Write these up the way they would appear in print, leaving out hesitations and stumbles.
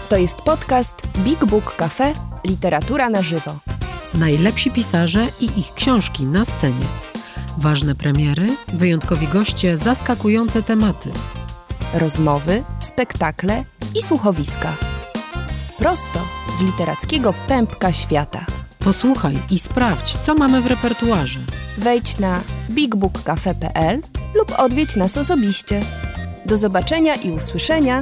To jest podcast Big Book Cafe – Literatura na żywo. Najlepsi pisarze i ich książki na scenie. Ważne premiery, wyjątkowi goście, zaskakujące tematy. Rozmowy, spektakle i słuchowiska. Prosto z literackiego pępka świata. Posłuchaj i sprawdź, co mamy w repertuarze. Wejdź na bigbookcafe.pl lub odwiedź nas osobiście. Do zobaczenia i usłyszenia.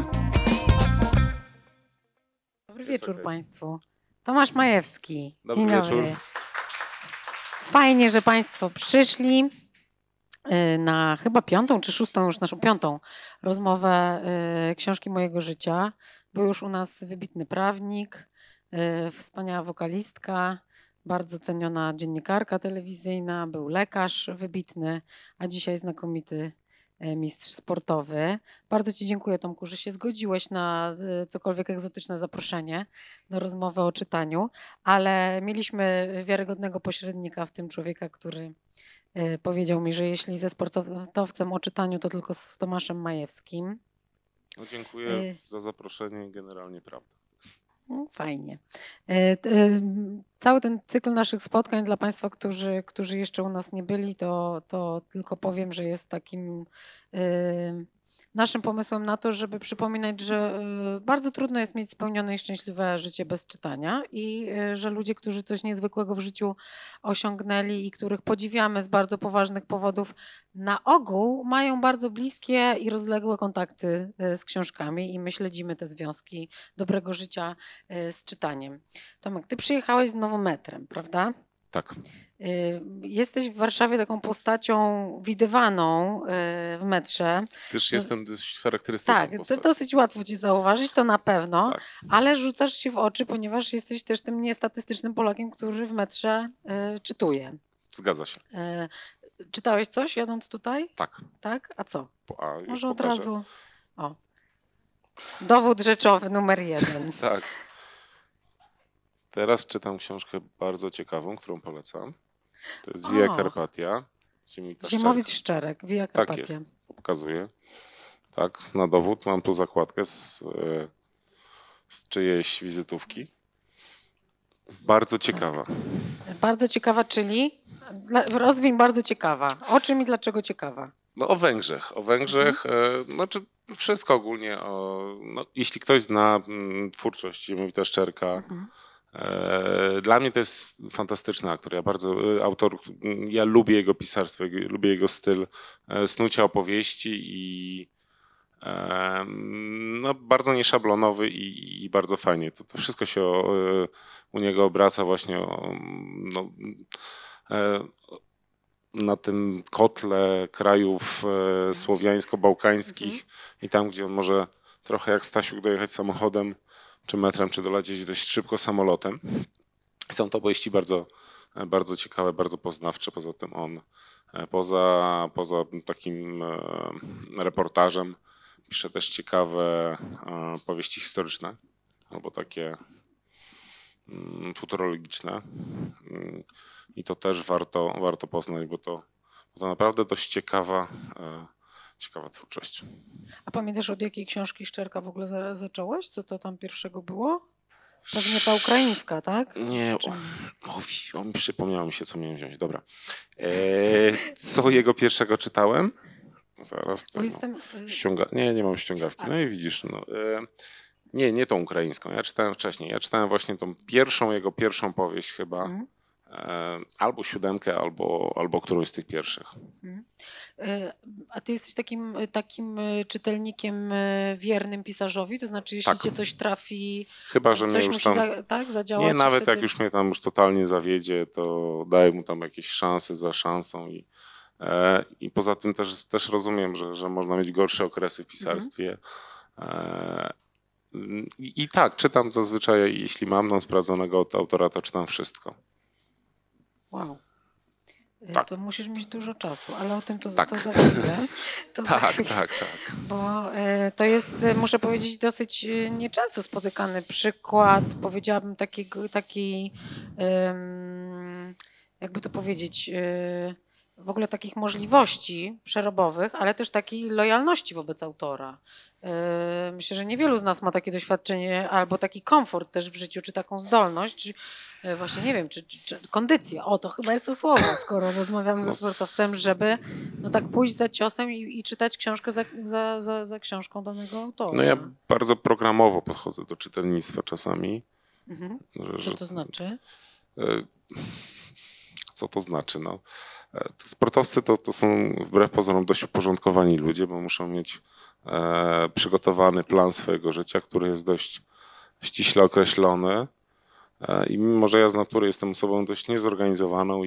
Dobry wieczór Państwu. Tomasz Majewski. Dobry wieczór. Fajnie, że Państwo przyszli na chyba 5. czy 6. już naszą 5. rozmowę książki mojego życia. Był już u nas wybitny prawnik, wspaniała wokalistka, bardzo ceniona dziennikarka telewizyjna, był lekarz wybitny, a dzisiaj znakomity mistrz sportowy. Bardzo Ci dziękuję, Tomku, że się zgodziłeś na cokolwiek egzotyczne zaproszenie do rozmowy o czytaniu, ale mieliśmy wiarygodnego pośrednika, w tym człowieka, który powiedział mi, że jeśli ze sportowcem o czytaniu, to tylko z Tomaszem Majewskim. No, dziękuję za zaproszenie, generalnie prawda. Fajnie. Cały ten cykl naszych spotkań dla Państwa, którzy jeszcze u nas nie byli, to tylko powiem, że jest takim naszym pomysłem na to, żeby przypominać, że bardzo trudno jest mieć spełnione i szczęśliwe życie bez czytania i że ludzie, którzy coś niezwykłego w życiu osiągnęli i których podziwiamy z bardzo poważnych powodów, na ogół mają bardzo bliskie i rozległe kontakty z książkami i my śledzimy te związki dobrego życia z czytaniem. Tomek, ty przyjechałeś z Nowometrem, prawda? Tak. Jesteś w Warszawie taką postacią widywaną w metrze. Też jestem dość charakterystyczną Tak, postacią. to dosyć łatwo Ci zauważyć, to na pewno, Tak. ale rzucasz się w oczy, ponieważ jesteś też tym niestatystycznym Polakiem, który w metrze czytuje. Zgadza się. Czytałeś coś jadąc tutaj? Tak. Tak? A co? Już Może od pokażę. razu. O. Dowód rzeczowy numer 1. Tak. Teraz czytam książkę bardzo ciekawą, którą polecam. To jest Via Carpatia. Ziemowit Szczerek, Via Carpatia. Tak jest, pokazuję. Tak, na dowód mam tu zakładkę z czyjejś wizytówki. Bardzo ciekawa. Bardzo ciekawa, czyli? Rozwiń bardzo ciekawa. O czym i dlaczego ciekawa? No, o Węgrzech. O Węgrzech, znaczy wszystko ogólnie. Jeśli ktoś zna twórczość Ziemowita Szczerka, dla mnie to jest fantastyczny aktor. Ja lubię jego pisarstwo, lubię jego styl snucia opowieści i bardzo nieszablonowy i bardzo fajnie. To wszystko się u niego obraca właśnie na tym kotle krajów słowiańsko-bałkańskich i tam, gdzie on może trochę jak Stasiuk dojechać samochodem, czy metrem, czy dolecieć dość szybko samolotem. Są to opowieści bardzo, bardzo ciekawe, bardzo poznawcze. Poza tym on, poza takim reportażem, pisze też ciekawe powieści historyczne, albo takie futurologiczne. I to też warto poznać, bo to naprawdę dość ciekawa twórczość. A pamiętasz, od jakiej książki Szczerka w ogóle zacząłeś? Co to tam pierwszego było? Pewnie ta ukraińska, tak? Nie, przypomniało mi się, co miałem wziąć. Dobra. Co jego pierwszego czytałem? Zaraz. Nie mam ściągawki. No i widzisz. Nie tą ukraińską. Ja czytałem wcześniej. Ja czytałem właśnie tą jego pierwszą powieść chyba. Albo 7, albo którąś z tych pierwszych. A ty jesteś takim czytelnikiem wiernym pisarzowi? To znaczy, jeśli cię coś trafi, chyba że coś mnie już tam zadziałać? Nie, nawet jak już mnie tam już totalnie zawiedzie, to daję mu tam jakieś szanse za szansą i poza tym też rozumiem, że można mieć gorsze okresy w pisarstwie. I tak, czytam zazwyczaj, jeśli mam sprawdzonego autora, to czytam wszystko. Wow. Tak. To musisz mieć dużo czasu, ale o tym to za chwilę. Tak. Bo to jest, muszę powiedzieć, dosyć nieczęsto spotykany przykład, powiedziałabym, takiej jakby to powiedzieć, w ogóle takich możliwości przerobowych, ale też takiej lojalności wobec autora. Myślę, że niewielu z nas ma takie doświadczenie albo taki komfort też w życiu, czy taką zdolność, właśnie nie wiem, czy kondycję. O, to chyba jest to słowo, skoro rozmawiamy ze sportowcem, żeby no tak pójść za ciosem i czytać książkę za książką danego autora. No ja bardzo programowo podchodzę do czytelnictwa czasami. Co to znaczy? Co to znaczy? No, sportowcy to są wbrew pozorom dość uporządkowani ludzie, bo muszą mieć przygotowany plan swojego życia, który jest dość ściśle określony. I mimo, że ja z natury jestem osobą dość niezorganizowaną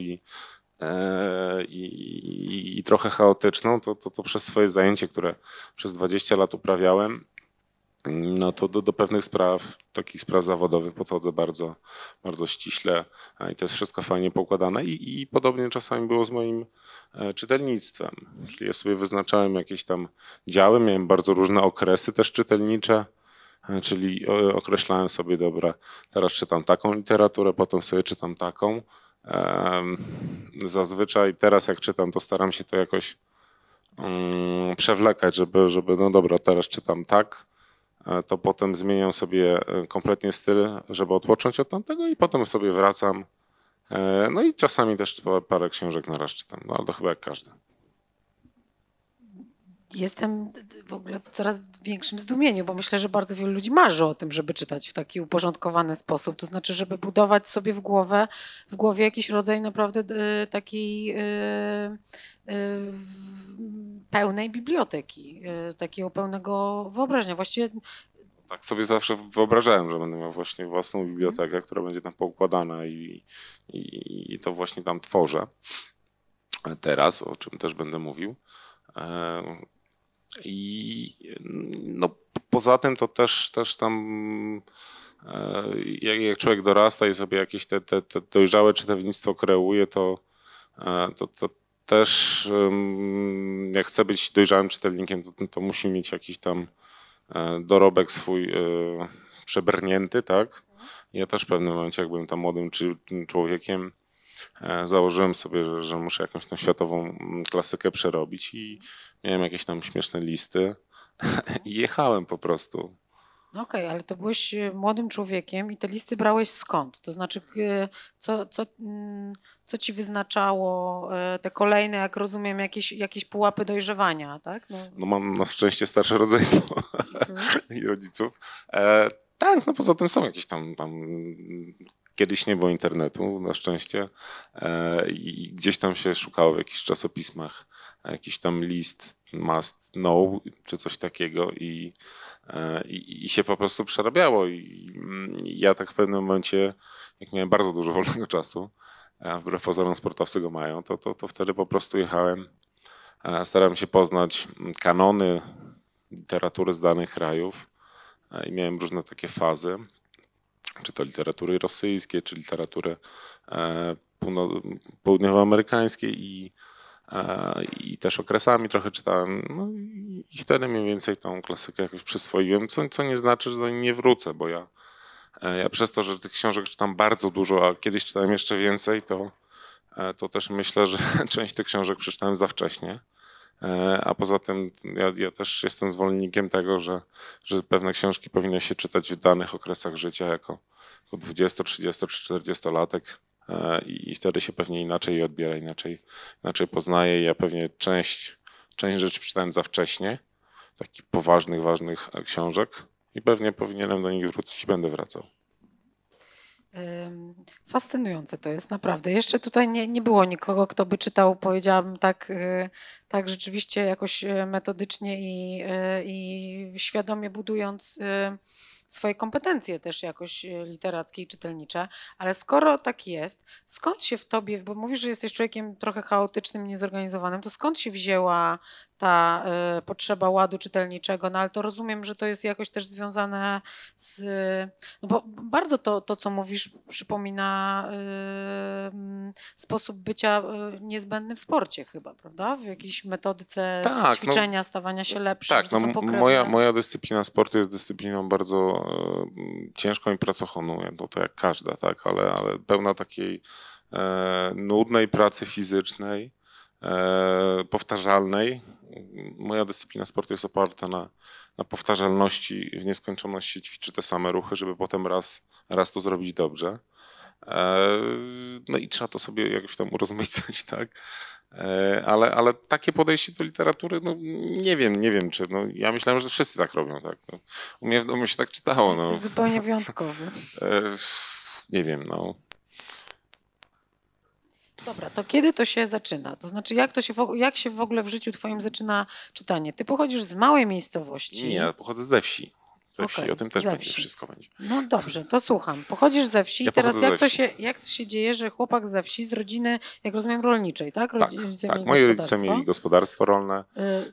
i trochę chaotyczną, to przez swoje zajęcie, które przez 20 lat uprawiałem, no to do pewnych spraw, takich spraw zawodowych podchodzę bardzo, bardzo ściśle i to jest wszystko fajnie poukładane i podobnie czasami było z moim czytelnictwem. Czyli ja sobie wyznaczałem jakieś tam działy, miałem bardzo różne okresy też czytelnicze, czyli określałem sobie, dobra, teraz czytam taką literaturę, potem sobie czytam taką. Zazwyczaj teraz jak czytam, to staram się to jakoś przewlekać, żeby no dobra, teraz czytam tak, to potem zmieniam sobie kompletnie styl, żeby odpocząć od tamtego i potem sobie wracam. No i czasami też parę książek na raz czytam, no ale to chyba jak każdy. Jestem w ogóle w coraz większym zdumieniu, bo myślę, że bardzo wielu ludzi marzy o tym, żeby czytać w taki uporządkowany sposób. To znaczy, żeby budować sobie w głowie jakiś rodzaj naprawdę takiej pełnej biblioteki, takiego pełnego wyobraźnia. Właściwie tak sobie zawsze wyobrażałem, że będę miał właśnie własną bibliotekę, która będzie tam poukładana i to właśnie tam tworzę teraz, o czym też będę mówił. I no, poza tym to też tam jak człowiek dorasta i sobie jakieś te dojrzałe czytelnictwo kreuje, to też jak chce być dojrzałym czytelnikiem, to musi mieć jakiś tam dorobek swój przebrnięty, tak? Ja też w pewnym momencie, jak byłem tam młodym człowiekiem, założyłem sobie, że muszę jakąś tą światową klasykę przerobić i miałem jakieś tam śmieszne listy i jechałem po prostu. No okej, ale to byłeś młodym człowiekiem i te listy brałeś skąd? To znaczy, co ci wyznaczało te kolejne, jak rozumiem, jakieś pułapy dojrzewania, tak? No mam na szczęście starsze rodzeństwo i rodziców. Tak, no poza tym są jakieś tam kiedyś nie było internetu, na szczęście, i gdzieś tam się szukało w jakichś czasopismach jakiś tam list must know, czy coś takiego i się po prostu przerabiało. I ja tak w pewnym momencie, jak miałem bardzo dużo wolnego czasu, a wbrew pozorom sportowcy go mają, to wtedy po prostu jechałem, starałem się poznać kanony literatury z danych krajów i miałem różne takie fazy, czy to literatury rosyjskiej, czy literatury południowoamerykańskiej i też okresami trochę czytałem. No i wtedy mniej więcej tą klasykę jakoś przyswoiłem, co nie znaczy, że do niej nie wrócę, bo ja przez to, że tych książek czytam bardzo dużo, a kiedyś czytałem jeszcze więcej, to też myślę, że część tych książek przeczytałem za wcześnie. A poza tym ja też jestem zwolennikiem tego, że pewne książki powinno się czytać w danych okresach życia jako 20, 30 czy 40-latek i wtedy się pewnie inaczej je odbiera, inaczej poznaje. Ja pewnie część rzeczy czytałem za wcześnie, takich poważnych, ważnych książek i pewnie powinienem do nich wrócić i będę wracał. Fascynujące to jest, naprawdę. Jeszcze tutaj nie było nikogo, kto by czytał, powiedziałabym tak rzeczywiście jakoś metodycznie i świadomie budując swoje kompetencje też jakoś literackie i czytelnicze, ale skoro tak jest, skąd się w tobie, bo mówisz, że jesteś człowiekiem trochę chaotycznym, niezorganizowanym, to skąd się wzięła ta potrzeba ładu czytelniczego? No ale to rozumiem, że to jest jakoś też związane z... No bo bardzo to co mówisz, przypomina sposób bycia niezbędny w sporcie chyba, prawda? W jakiejś metodyce ćwiczenia, stawania się lepszym. Tak, no, moja dyscyplina sportu jest dyscypliną bardzo ciężką i pracochłonną, to jak każda, tak, ale pełna takiej nudnej pracy fizycznej, powtarzalnej. Moja dyscyplina sportu jest oparta na powtarzalności, w nieskończoności ćwiczę te same ruchy, żeby potem raz to zrobić dobrze. No i trzeba to sobie jakoś tam urozmaicać, tak? Ale takie podejście do literatury, no nie wiem czy, no ja myślałem, że wszyscy tak robią, tak? No, u mnie w domu się tak czytało, no. Jest zupełnie wyjątkowy. Nie wiem, no. Dobra, to kiedy to się zaczyna? To znaczy, jak się w ogóle w życiu twoim zaczyna czytanie? Ty pochodzisz z małej miejscowości. Nie, ja pochodzę ze wsi. Okej, o tym też ze będzie, wsi. wszystko będzie. No dobrze, to słucham. Pochodzisz ze wsi Ja i teraz pochodzę ze wsi. jak to się dzieje, że chłopak ze wsi z rodziny, jak rozumiem, rolniczej, tak? Tak, moi rodzice mieli gospodarstwo rolne.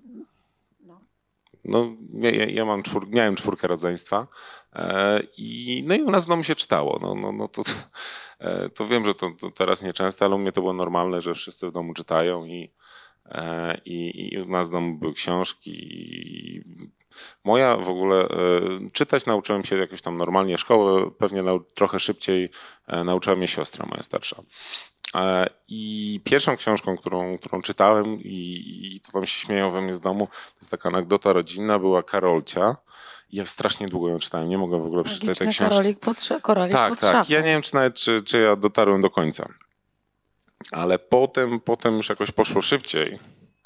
No, ja miałem 4 rodzeństwa i u nas w domu się czytało. To wiem, że to teraz nieczęsto, ale u mnie to było normalne, że wszyscy w domu czytają i u nas w domu były książki. Moja w ogóle, czytać nauczyłem się jakoś tam normalnie. Szkołę pewnie trochę szybciej nauczyła mnie siostra moja starsza. I pierwszą książką, którą czytałem i to tam się śmieją we mnie z domu, to jest taka anegdota rodzinna, była Karolcia. I ja strasznie długo ją czytałem, nie mogłem w ogóle przeczytać tej książki. Koralik Tak. pod szafą. Ja nie wiem, czy ja dotarłem do końca. Ale potem już jakoś poszło szybciej.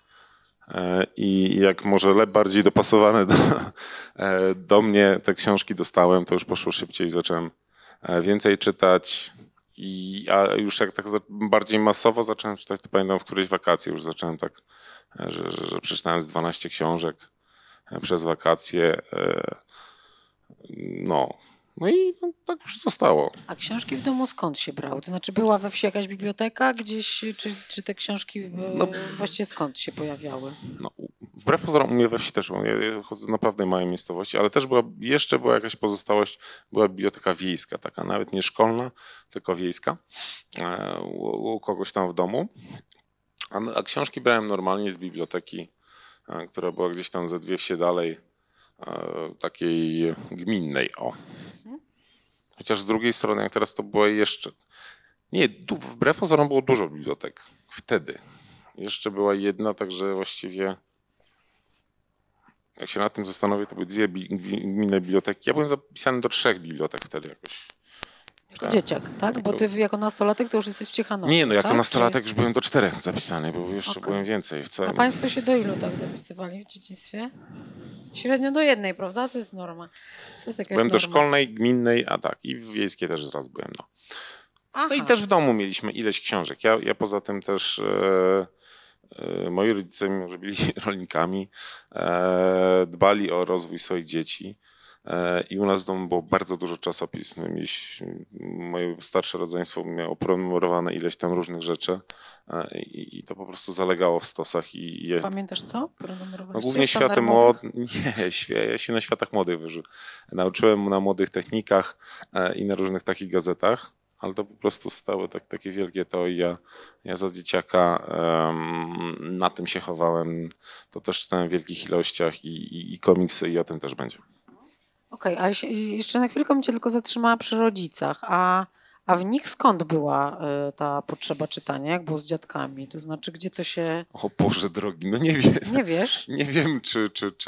I jak może bardziej dopasowane do mnie te książki dostałem, to już poszło szybciej i zacząłem więcej czytać. A już jak tak bardziej masowo zacząłem czytać, to pamiętam w którejś wakacje już zacząłem tak, że przeczytałem z 12 książek przez wakacje. No i tak już zostało. A książki w domu skąd się brały? To znaczy była we wsi jakaś biblioteka gdzieś, czy te książki właściwie skąd się pojawiały? No, wbrew pozorom u mnie we wsi też, bo ja chodzę z naprawdę małej miejscowości, ale też jeszcze była jakaś pozostałość, była biblioteka wiejska, taka nawet nie szkolna, tylko wiejska, u kogoś tam w domu. A książki brałem normalnie z biblioteki, która była gdzieś tam ze 2 wsie dalej, takiej gminnej, Chociaż z drugiej strony, jak teraz to było jeszcze... Nie, wbrew pozorom było dużo bibliotek wtedy. Jeszcze była jedna, także właściwie... Jak się nad tym zastanowię, to były 2 gminne biblioteki. Ja byłem zapisany do 3 bibliotek wtedy jakoś. Jako dzieciak, tak? Bo ty jako nastolatek to już jesteś w Ciechanowie. Nie, jako tak? nastolatek już byłem do 4 zapisany, bo jeszcze byłem więcej. A państwo się do ilu tak zapisywali w dzieciństwie? Średnio do 1, prawda? To jest norma. To jest jakaś byłem norma. do szkolnej, gminnej, a tak. I w wiejskiej też raz byłem, No i też w domu mieliśmy ileś książek. Ja poza tym też... moi rodzice, mimo że byli rolnikami, dbali o rozwój swoich dzieci i u nas w domu było bardzo dużo czasopism. Moje starsze rodzeństwo miało prenumerowane ileś tam różnych rzeczy i to po prostu zalegało w stosach. Pamiętasz co? No, głównie Światy Młodych. Nie, ja się na Światach Młodych nauczyłem na Młodych Technikach i na różnych takich gazetach. Ale to po prostu stało takie wielkie to i ja za dzieciaka na tym się chowałem. To też czytałem w wielkich ilościach i komiksy i o tym też będzie. Okej, ale jeszcze na chwilkę bym cię tylko zatrzymała przy rodzicach. A w nich skąd była ta potrzeba czytania? Jak było z dziadkami? To znaczy, gdzie to się... O Boże drogi, no nie wiem. Nie wiesz? Nie wiem, czy...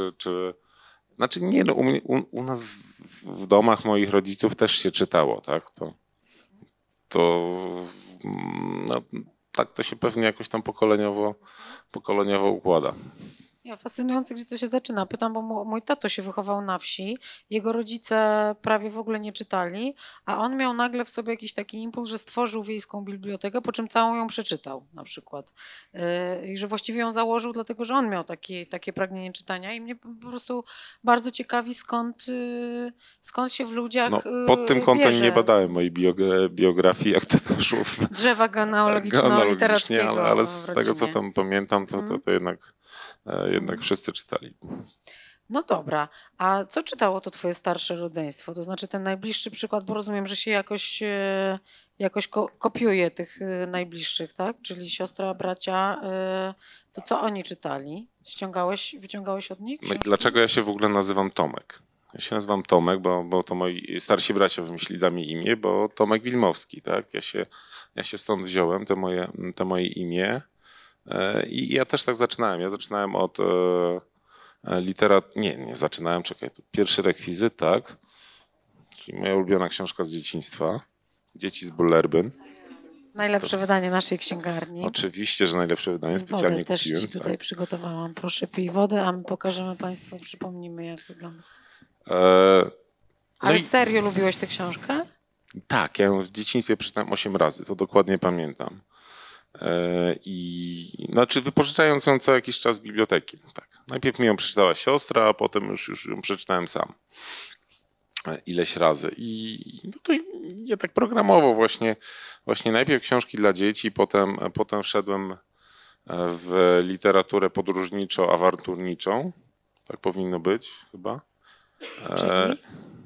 Znaczy nie, no u nas w domach moich rodziców też się czytało, tak? No, tak to się pewnie jakoś tam pokoleniowo układa. Fascynujące, gdzie to się zaczyna. Pytam, bo mój tato się wychował na wsi, jego rodzice prawie w ogóle nie czytali, a on miał nagle w sobie jakiś taki impuls, że stworzył wiejską bibliotekę, po czym całą ją przeczytał na przykład. I że właściwie ją założył, dlatego że on miał takie pragnienie czytania i mnie po prostu bardzo ciekawi, skąd się w ludziach No, pod tym kątem bierze. nie badałem mojej biografii, jak to tam szło. Drzewa genealogiczno-literackiego. ale z tego, co tam pamiętam, to jednak wszyscy czytali. No dobra, a co czytało to twoje starsze rodzeństwo? To znaczy ten najbliższy przykład, bo rozumiem, że się jakoś kopiuje tych najbliższych, tak? Czyli siostra, bracia, to co oni czytali? Wyciągałeś od nich książki? No i dlaczego ja się w ogóle nazywam Tomek? Ja się nazywam Tomek, bo to moi starsi bracia wymyślili dla mnie imię, bo Tomek Wilmowski, tak? Ja się stąd wziąłem, to moje imię. I ja też tak zaczynałem. Ja zaczynałem od nie zaczynałem, czekaj, to pierwszy rekwizyt, tak, czyli moja ulubiona książka z dzieciństwa, Dzieci z Bullerbyn. Najlepsze wydanie naszej księgarni. Oczywiście, że najlepsze wydanie, specjalnie wodę też kupiłem. ci tutaj przygotowałam. Proszę, pij wodę, a my pokażemy Państwu, przypomnimy, jak wygląda. Ale serio lubiłeś tę książkę? Tak, ja ją w dzieciństwie przeczytałem 8 razy, to dokładnie pamiętam. I znaczy wypożyczając ją co jakiś czas z biblioteki. Tak. Najpierw mi ją przeczytała siostra, a potem już ją przeczytałem sam. Ileś razy. I no to ja tak programowo właśnie najpierw książki dla dzieci, potem wszedłem w literaturę podróżniczo-awanturniczą. Tak powinno być chyba. Czyli?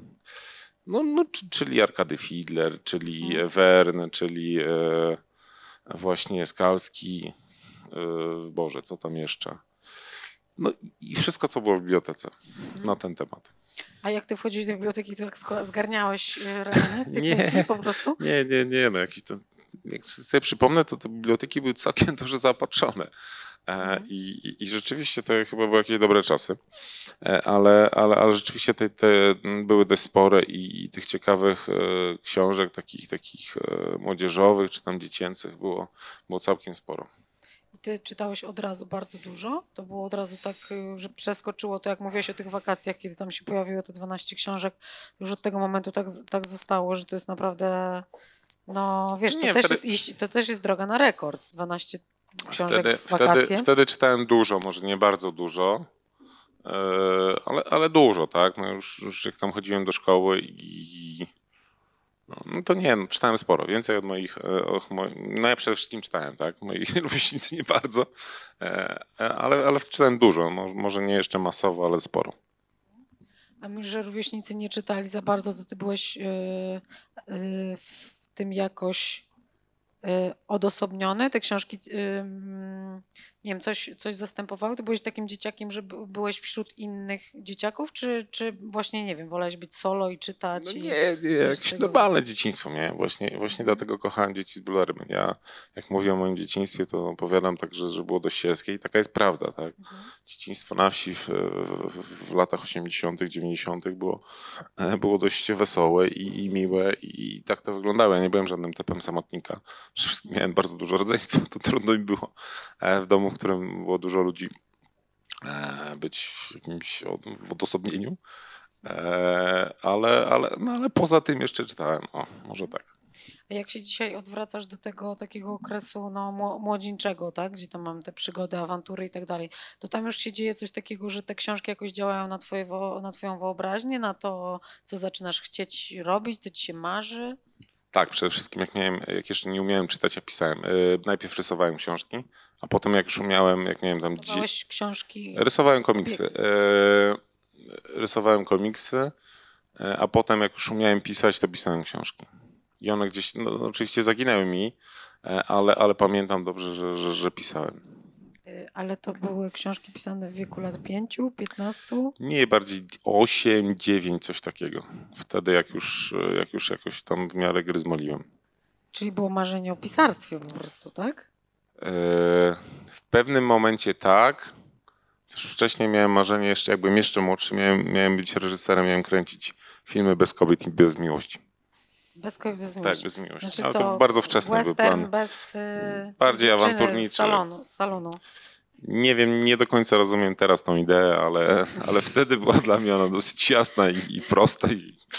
Czyli Arkady Fiedler, czyli Verne, czyli właśnie Skalski. Boże, co tam jeszcze? No i wszystko, co było w bibliotece na ten temat. A jak ty wchodzisz do biblioteki, to tak zgarniałeś ramię z tych półki po prostu? Nie, no jakiś to, jak sobie przypomnę, to te biblioteki były całkiem dobrze zaopatrzone. I rzeczywiście to chyba były jakieś dobre czasy, ale rzeczywiście te były dość spore i tych ciekawych książek, takich młodzieżowych czy tam dziecięcych było całkiem sporo. I ty czytałeś od razu bardzo dużo? To było od razu tak, że przeskoczyło to, jak mówiłeś o tych wakacjach, kiedy tam się pojawiło te 12 książek, już od tego momentu tak zostało, że to jest naprawdę, no wiesz, to też jest droga na rekord, 12 książek w wakacje. Wtedy czytałem dużo, może nie bardzo dużo, ale dużo, tak? No już jak tam chodziłem do szkoły no to czytałem sporo, więcej od moich, no ja przede wszystkim czytałem, tak? Moi rówieśnicy nie bardzo, ale czytałem dużo, może nie jeszcze masowo, ale sporo. A myślisz, że rówieśnicy nie czytali za bardzo, to ty byłeś w tym jakoś odosobniony? Te książki, nie wiem, coś zastępowały? Ty byłeś takim dzieciakiem, że byłeś wśród innych dzieciaków, czy właśnie, nie wiem, wolałeś być solo i czytać? No nie, jakieś normalne dzieciństwo miałem. Właśnie dlatego kochałem Dzieci z Bullerbyn. Ja, jak mówię o moim dzieciństwie, to opowiadam tak, że było dość sielskie i taka jest prawda, tak? Dzieciństwo na wsi w latach 80., 90. było dość wesołe i miłe i tak to wyglądało. Ja nie byłem żadnym typem samotnika. Przede wszystkim miałem bardzo dużo rodzeństwa, to trudno mi było w domu, w którym było dużo ludzi, być w jakimś odosobnieniu. Ale poza tym jeszcze czytałem. Może tak. A jak się dzisiaj odwracasz do tego takiego okresu młodzieńczego, tak? Gdzie tam mam te przygody, awantury i tak dalej, to tam już się dzieje coś takiego, że te książki jakoś działają na twoją wyobraźnię, na to, co zaczynasz chcieć robić, co ci się marzy? Tak, przede wszystkim jak jeszcze nie umiałem czytać, ja pisałem. Najpierw rysowałem książki, a potem jak już umiałem, jak miałem tam... Rysowałeś książki? Rysowałem komiksy. Rysowałem komiksy, a potem jak już umiałem pisać, to pisałem książki. I one gdzieś, oczywiście zaginęły mi, ale pamiętam dobrze, że pisałem. Ale to były książki pisane w wieku lat 5, 15? Nie, bardziej 8, 9, coś takiego. Wtedy jak już jakoś tam w miarę gryzmoliłem. Czyli było marzenie o pisarstwie po prostu, tak? W pewnym momencie tak. Też wcześniej miałem marzenie, jak byłem jeszcze młodszy, miałem być reżyserem, miałem kręcić filmy bez kobiet i bez miłości. Bez kobiet, bez miłości. Tak, bez miłości. Znaczy ale to bardzo wczesny był plan. Bez bardziej awanturniczy. Z salonu. Nie wiem, nie do końca rozumiem teraz tą ideę, ale wtedy była dla mnie ona dosyć jasna i prosta.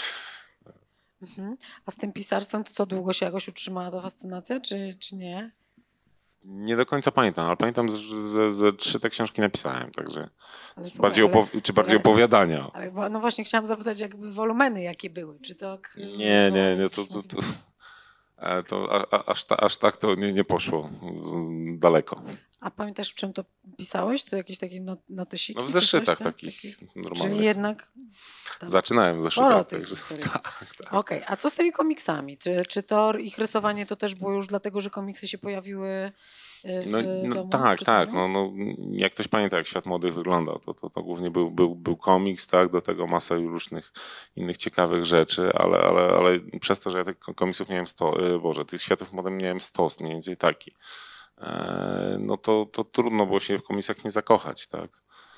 A z tym pisarstwem to co, długo się jakoś utrzymała ta fascynacja, czy nie? Nie do końca pamiętam, ale pamiętam, że 3 te książki napisałem, także bardziej opowiadania. Ale, no właśnie chciałam zapytać, jakby wolumeny jakie były, czy to... Nie, to aż tak to nie poszło daleko. A pamiętasz, w czym to pisałeś? To jakieś takie notesiki? No w zeszytach takich normalnych. Czyli jednak... Zaczynałem w zeszytach. Tak. Okej, a co z tymi komiksami? Czy to ich rysowanie to też było już dlatego, że komiksy się pojawiły w domu? Tak. No, jak ktoś pamięta, jak Świat Młodych wyglądał, to głównie był komiks, tak, do tego masa różnych innych ciekawych rzeczy, ale przez to, że ja tych komiksów miałem tych Światów Młodych miałem stos, mniej więcej taki. no to trudno było się w komiksach nie zakochać, tak?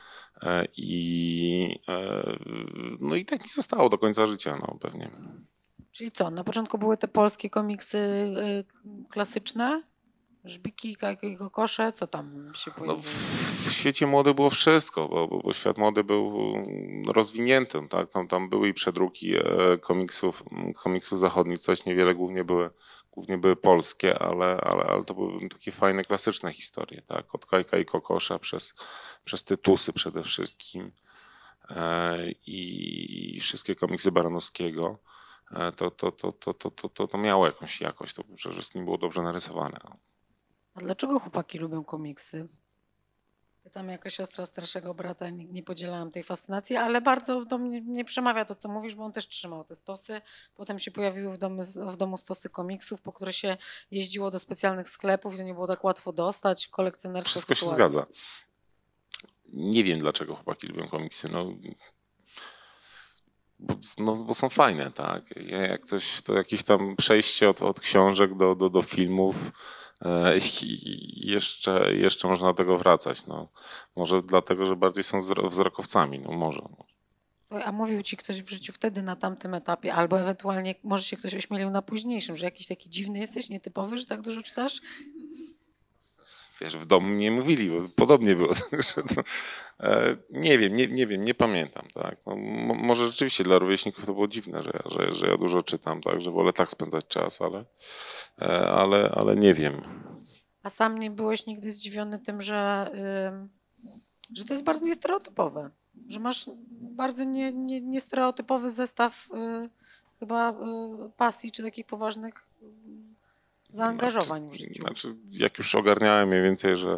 No i tak mi zostało do końca życia, no pewnie. Czyli co, na początku były te polskie komiksy klasyczne? Żbiki, kokosze, co tam się pojawiło? No, w świecie młody było wszystko, bo świat młody był rozwinięty, tak? Tam były i przedruki komiksów zachodnich, coś niewiele, głównie były polskie, ale to były takie fajne, klasyczne historie, tak? Od Kajka i Kokosza przez Tytusy przede wszystkim i wszystkie komiksy Baranowskiego. To miało jakąś jakość, to przede wszystkim było dobrze narysowane. A dlaczego chłopaki lubią komiksy? Pytam jako siostra starszego brata, nie podzielałam tej fascynacji, ale bardzo do mnie przemawia to, co mówisz, bo on też trzymał te stosy. Potem się pojawiły w domu stosy komiksów, po które się jeździło do specjalnych sklepów, to nie było tak łatwo dostać, kolekcjonerska Wszystko sytuacja. się zgadza. Nie wiem, dlaczego chłopaki lubią komiksy. Bo są fajne, tak. Jak coś, to jakieś tam przejście od książek do filmów. I jeszcze można do tego wracać. No. Może dlatego, że bardziej są wzrokowcami. No może. Słuchaj, a mówił ci ktoś w życiu wtedy na tamtym etapie, albo ewentualnie może się ktoś ośmielił na późniejszym, że jakiś taki dziwny jesteś, nietypowy, że tak dużo czytasz? Wiesz, w domu nie mówili, bo podobnie było. Nie wiem, nie pamiętam. Tak? No, może rzeczywiście dla rówieśników to było dziwne, że ja dużo czytam, tak? Że wolę tak spędzać czas, ale nie wiem. A sam nie byłeś nigdy zdziwiony tym, że to jest bardzo niestereotypowe, że masz bardzo niestereotypowy zestaw chyba pasji czy takich poważnych zaangażowań w życiu. Znaczy, jak już ogarniałem mniej więcej, że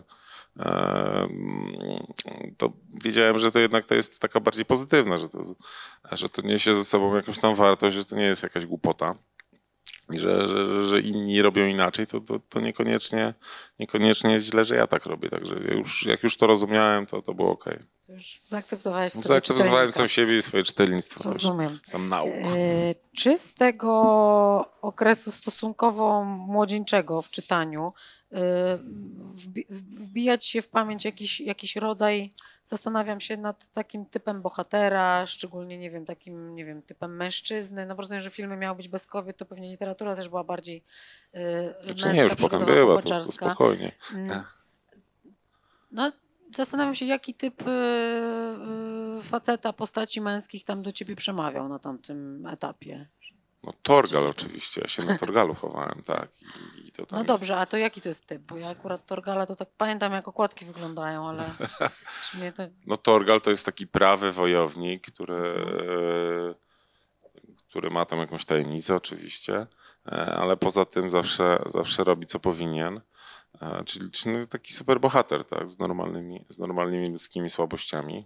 to wiedziałem, że to jednak to jest taka bardziej pozytywna, że to niesie ze sobą jakąś tam wartość, że to nie jest jakaś głupota. I że inni robią inaczej, to niekoniecznie jest źle, że ja tak robię. Także jak już to rozumiałem, to było okej. To już zaakceptowałeś sobie Zaakceptowałem sam siebie i swoje czytelnictwo. Rozumiem. Tam nauk. Czy z tego okresu stosunkowo młodzieńczego w czytaniu wbijać się w pamięć jakiś rodzaj, zastanawiam się nad takim typem bohatera, szczególnie, nie wiem, takim, nie wiem, typem mężczyzny. No bo rozumiem, że filmy miały być bez kobiet, to pewnie literatura też była bardziej męska, Nie, już potem była, to spokojnie. No, zastanawiam się, jaki typ faceta, postaci męskich tam do ciebie przemawiał na tamtym etapie. No Torgal oczywiście, ja się na Torgalu chowałem, tak. I to tam no dobrze, a to jaki to jest typ? Bo ja akurat Torgala to tak pamiętam, jak okładki wyglądają, ale mnie to... No Torgal to jest taki prawy wojownik, który ma tam jakąś tajemnicę oczywiście, ale poza tym zawsze robi co powinien. Czyli taki super bohater, tak, z normalnymi ludzkimi słabościami.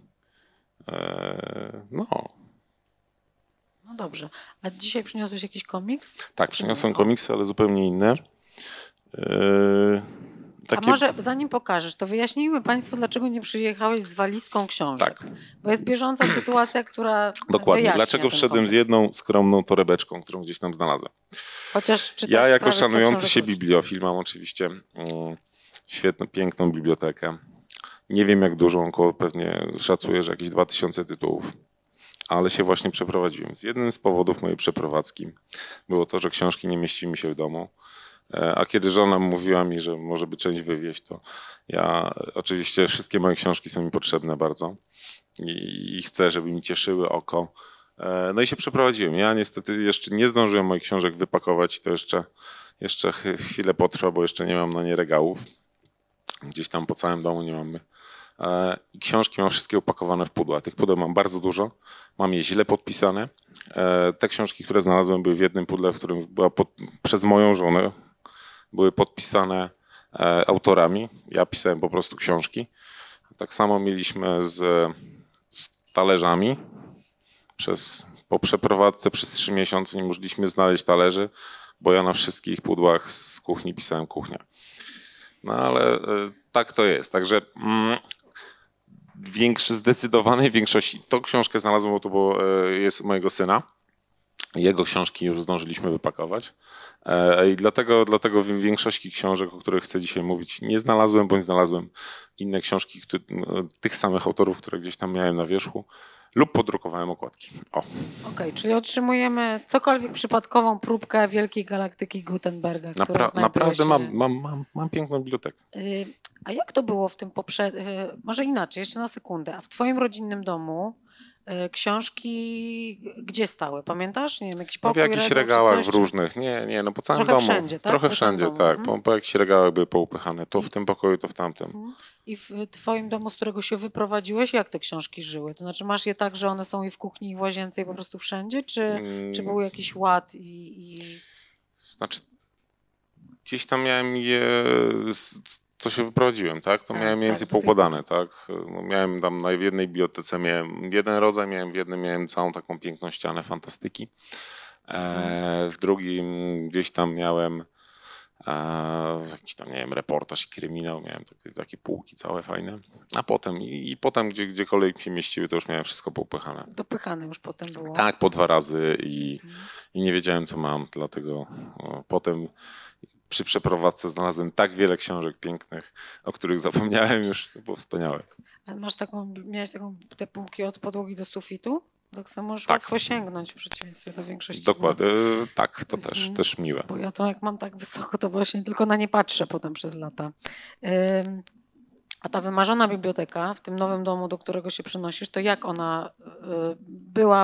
No dobrze. A dzisiaj przyniosłeś jakiś komiks? Tak, przyniosłem komiksy, ale zupełnie inne. A może zanim pokażesz, to wyjaśnijmy Państwu, dlaczego nie przyjechałeś z walizką książek. Tak. Bo jest bieżąca sytuacja, która Dokładnie. Dlaczego wszedłem z jedną skromną torebeczką, którą gdzieś tam znalazłem. Chociaż czytasz ja jako szanujący się bibliofil mam oczywiście świetną, piękną bibliotekę. Nie wiem jak dużą, pewnie szacuję, że jakieś 2000 tytułów. Ale się właśnie przeprowadziłem. Jednym z powodów mojej przeprowadzki było to, że książki nie mieściły mi się w domu. A kiedy żona mówiła mi, że może by część wywieźć, to ja oczywiście wszystkie moje książki są mi potrzebne bardzo i chcę, żeby mi cieszyły oko. No i się przeprowadziłem. Ja niestety jeszcze nie zdążyłem moich książek wypakować i to jeszcze chwilę potrwa, bo jeszcze nie mam na nie regałów. Gdzieś tam po całym domu nie mamy. Książki mam wszystkie upakowane w pudła. Tych pudeł mam bardzo dużo. Mam je źle podpisane. Te książki, które znalazłem, były w jednym pudle, w którym była przez moją żonę były podpisane autorami. Ja pisałem po prostu książki. Tak samo mieliśmy z talerzami. Po przeprowadzce przez 3 miesiące nie mogliśmy znaleźć talerzy, bo ja na wszystkich pudłach z kuchni pisałem kuchnia. No ale tak to jest. Także zdecydowanej większości. Tą książkę znalazłem, bo to jest mojego syna. Jego książki już zdążyliśmy wypakować. I dlatego w większości książek, o których chcę dzisiaj mówić, nie znalazłem, bądź znalazłem inne książki tych samych autorów, które gdzieś tam miałem na wierzchu, lub podrukowałem okładki. Okej, czyli otrzymujemy cokolwiek przypadkową próbkę Wielkiej Galaktyki Gutenberga, która Naprawdę się... mam piękną bibliotekę. A jak to było w tym może inaczej, jeszcze na sekundę. A w twoim rodzinnym domu książki gdzie stały? Pamiętasz? Nie wiem, jakiś pokój, w jakichś regałach w różnych. Nie, po całym Trochę domu. wszędzie, tak? Trochę wszędzie, tak. Po jakichś regałach były poupychane. To w tym pokoju, to w tamtym. I w twoim domu, z którego się wyprowadziłeś, jak te książki żyły? To znaczy masz je tak, że one są i w kuchni, i w łazience, i po prostu wszędzie? Czy był jakiś ład Znaczy, gdzieś tam miałem je, co się wyprowadziłem, tak? To miałem mniej więcej poukładane, tak? No, miałem tam w jednej bibliotece miałem jeden rodzaj, w jednym miałem całą taką piękną ścianę fantastyki. W drugim gdzieś tam miałem jakiś tam, nie wiem, reportaż i kryminał, miałem takie półki całe fajne, a potem gdziekolwiek się mieściły, to już miałem wszystko poupychane. Dopychane już potem było. Tak, po 2 razy i nie wiedziałem, co mam, dlatego potem przy przeprowadzce znalazłem tak wiele książek pięknych, o których zapomniałem już, to było wspaniałe. A miałeś te półki od podłogi do sufitu? Tak samo możesz łatwo sięgnąć w przeciwieństwie do większości. Dokładnie, tak, to też miłe. Bo ja to jak mam tak wysoko, to właśnie tylko na nie patrzę potem przez lata. A ta wymarzona biblioteka w tym nowym domu, do którego się przenosisz, to jak ona była,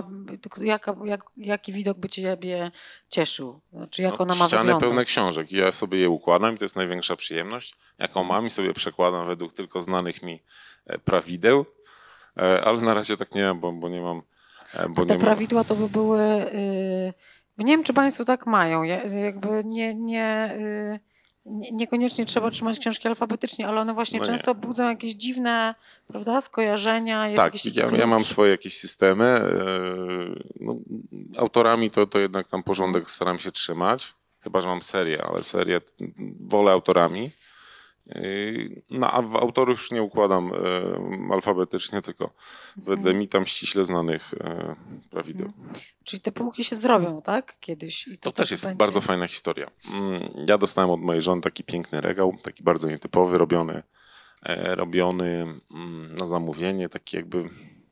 jaki widok by ciebie cieszył? Znaczy jak ona ma ściany wyglądać? pełne książek i ja sobie je układam i to jest największa przyjemność, jaką mam i sobie przekładam według tylko znanych mi prawideł, ale na razie tak nie mam, bo nie mam. A te prawidła to by były, nie wiem, czy państwo tak mają, jakby niekoniecznie trzeba trzymać książki alfabetycznie, ale one właśnie często budzą jakieś dziwne, prawda, skojarzenia. Tak, ja mam swoje jakieś systemy. No, autorami to jednak tam porządek staram się trzymać, chyba że mam serię, ale serię wolę autorami. No, a w autorów już nie układam alfabetycznie, tylko wedle mi tam ściśle znanych prawideł. Czyli te półki się zrobią, tak? Kiedyś. I to też jest bardzo fajna historia. Ja dostałem od mojej żony taki piękny regał, taki bardzo nietypowy, robiony na zamówienie, taki jakby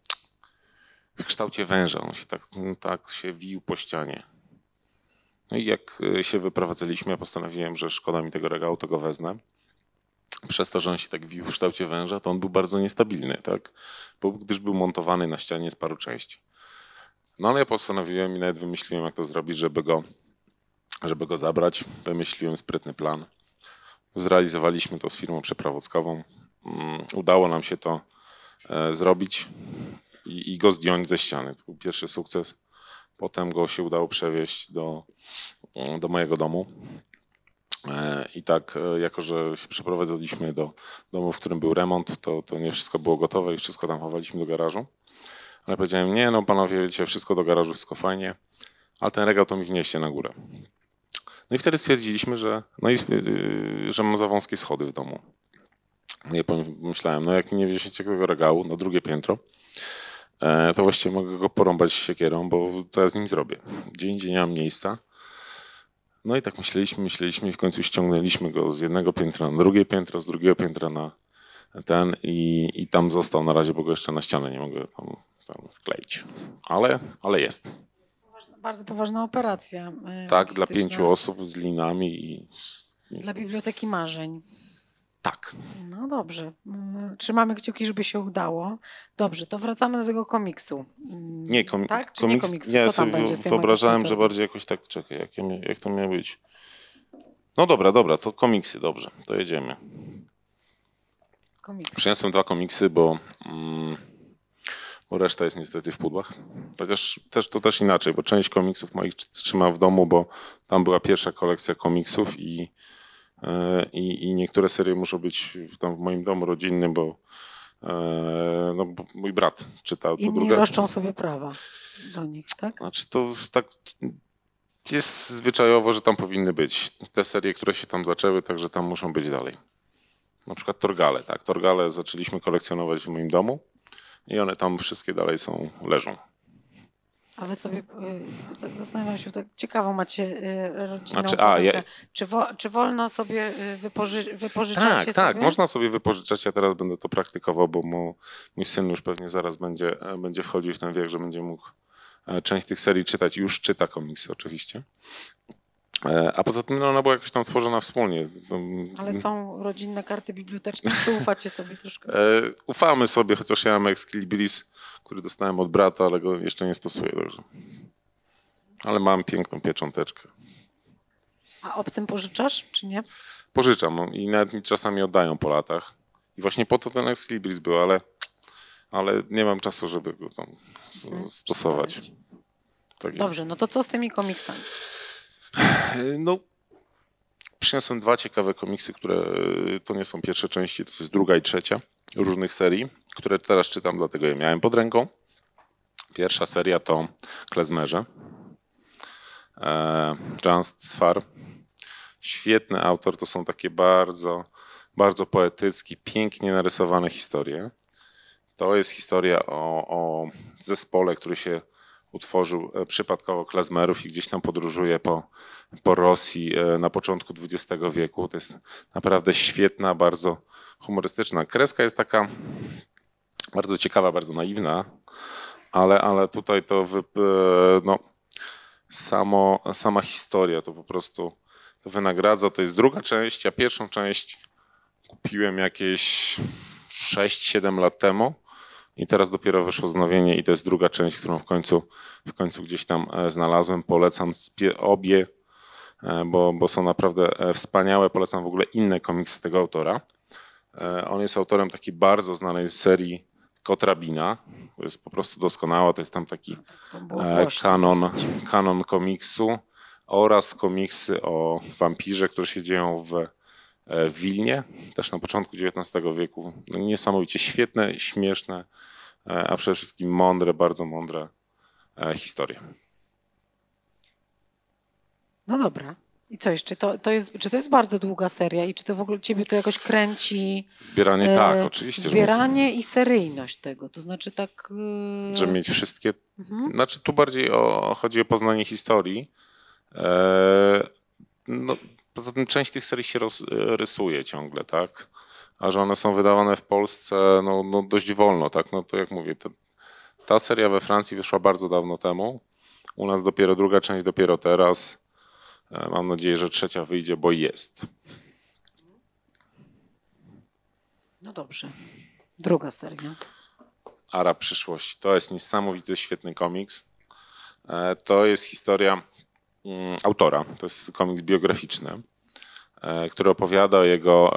w kształcie węża. On się tak się wił po ścianie. No i jak się wyprowadziliśmy, ja postanowiłem, że szkoda mi tego regału, to go wezmę. Przez to, że on się tak wił w kształcie węża, to on był bardzo niestabilny, tak? Gdyż był montowany na ścianie z paru części. No ale ja postanowiłem i nawet wymyśliłem, jak to zrobić, żeby go zabrać. Wymyśliłem sprytny plan. Zrealizowaliśmy to z firmą przeprowadzkową. Udało nam się to zrobić i go zdjąć ze ściany. To był pierwszy sukces. Potem go się udało przewieźć do mojego domu. I tak, jako że się przeprowadzaliśmy do domu, w którym był remont, to nie wszystko było gotowe i wszystko tam chowaliśmy do garażu. Ale powiedziałem, nie, no panowie, wiecie, wszystko do garażu, wszystko fajnie, ale ten regał to mi wnieście na górę. No i wtedy stwierdziliśmy, że mam za wąskie schody w domu. No i pomyślałem, no jak nie wzięcie tego regału na drugie piętro, to właściwie mogę go porąbać siekierą, bo co ja z nim zrobię? Gdzie indziej nie mam miejsca. No i tak myśleliśmy i w końcu ściągnęliśmy go z jednego piętra na drugie piętro, z drugiego piętra na ten i tam został na razie, bo go jeszcze na ścianę nie mogę tam wkleić. Ale jest. Bardzo poważna operacja. Tak, dla 5 osób z linami. Dla Biblioteki Marzeń. Tak. No dobrze. Trzymamy kciuki, żeby się udało. Dobrze, to wracamy do tego komiksu. Nie, tak? Czy nie komiksu? Ja co tam sobie będzie wyobrażałem, że bardziej jakoś tak, czekaj, jak to miało być. No dobra, to komiksy, dobrze, to jedziemy. Przyniosłem 2 komiksy, bo reszta jest niestety w pudłach. Chociaż też inaczej, bo część komiksów moich trzymam w domu, bo tam była pierwsza kolekcja komiksów i niektóre serie muszą być tam w moim domu rodzinnym, bo mój brat czytał. Inni roszczą sobie prawa do nich, tak? Znaczy to tak jest zwyczajowo, że tam powinny być te serie, które się tam zaczęły, także tam muszą być dalej. Na przykład Torgale, tak. Torgale zaczęliśmy kolekcjonować w moim domu i one tam wszystkie dalej leżą. A wy sobie, tak zastanawiam się, tak ciekawą macie rodzinną Znaczy, hodowlę. Czy wolno sobie wypożyczacie Tak, sobie? można sobie wypożyczać. Ja teraz będę to praktykował, bo mój syn już pewnie zaraz będzie wchodził w ten wiek, że będzie mógł część tych serii czytać. Już czyta komiksy oczywiście. A poza tym ona była jakoś tam tworzona wspólnie. Ale są rodzinne karty biblioteczne, czy ufacie sobie troszkę? Ufamy sobie, chociaż ja mam Excaliburis, który dostałem od brata, ale go jeszcze nie stosuję dobrze. Ale mam piękną piecząteczkę. A obcym pożyczasz, czy nie? Pożyczam i nawet mi czasami oddają po latach. I właśnie po to ten Excalibris był, ale nie mam czasu, żeby go tam stosować. Tak jest. Dobrze, no to co z tymi komiksami? No, przyniosłem 2 ciekawe komiksy, które to nie są pierwsze części, to jest 2. i 3 różnych serii, które teraz czytam, dlatego je miałem pod ręką. Pierwsza seria to Klezmerze. Jan Sfar. Świetny autor, to są takie bardzo, bardzo poetyckie, pięknie narysowane historie. To jest historia o zespole, który się utworzył przypadkowo klezmerów i gdzieś tam podróżuje po Rosji na początku XX wieku. To jest naprawdę świetna, bardzo humorystyczna. Kreska jest taka bardzo ciekawa, bardzo naiwna, ale tutaj to sama historia to po prostu to wynagradza. To jest 2. część, ja pierwszą część kupiłem jakieś 6-7 lat temu. I teraz dopiero wyszło wznowienie i to jest 2. część, którą w końcu gdzieś tam znalazłem. Polecam obie, bo są naprawdę wspaniałe. Polecam w ogóle inne komiksy tego autora. On jest autorem takiej bardzo znanej serii Kot Rabina. To jest po prostu doskonała. To jest tam taki kanon komiksu oraz komiksy o wampirze, które się dzieją w Wilnie, też na początku XIX wieku. No, niesamowicie świetne, śmieszne, a przede wszystkim mądre, bardzo mądre historie. No dobra. I co jeszcze? Czy to jest bardzo długa seria i czy to w ogóle ciebie to jakoś kręci? Zbieranie, tak, oczywiście. Zbieranie i seryjność tego, to znaczy tak... Żeby mieć wszystkie... Znaczy tu bardziej chodzi o poznanie historii. No, poza tym część tych serii się rysuje ciągle, tak? A że one są wydawane w Polsce no dość wolno, tak? No to jak mówię, ta seria we Francji wyszła bardzo dawno temu. U nas dopiero 2. część, dopiero teraz. Mam nadzieję, że 3. wyjdzie, bo jest. No dobrze. 2. seria. Arab przyszłości. To jest niesamowity, świetny komiks. To jest historia autora. To jest komiks biograficzny, który opowiada o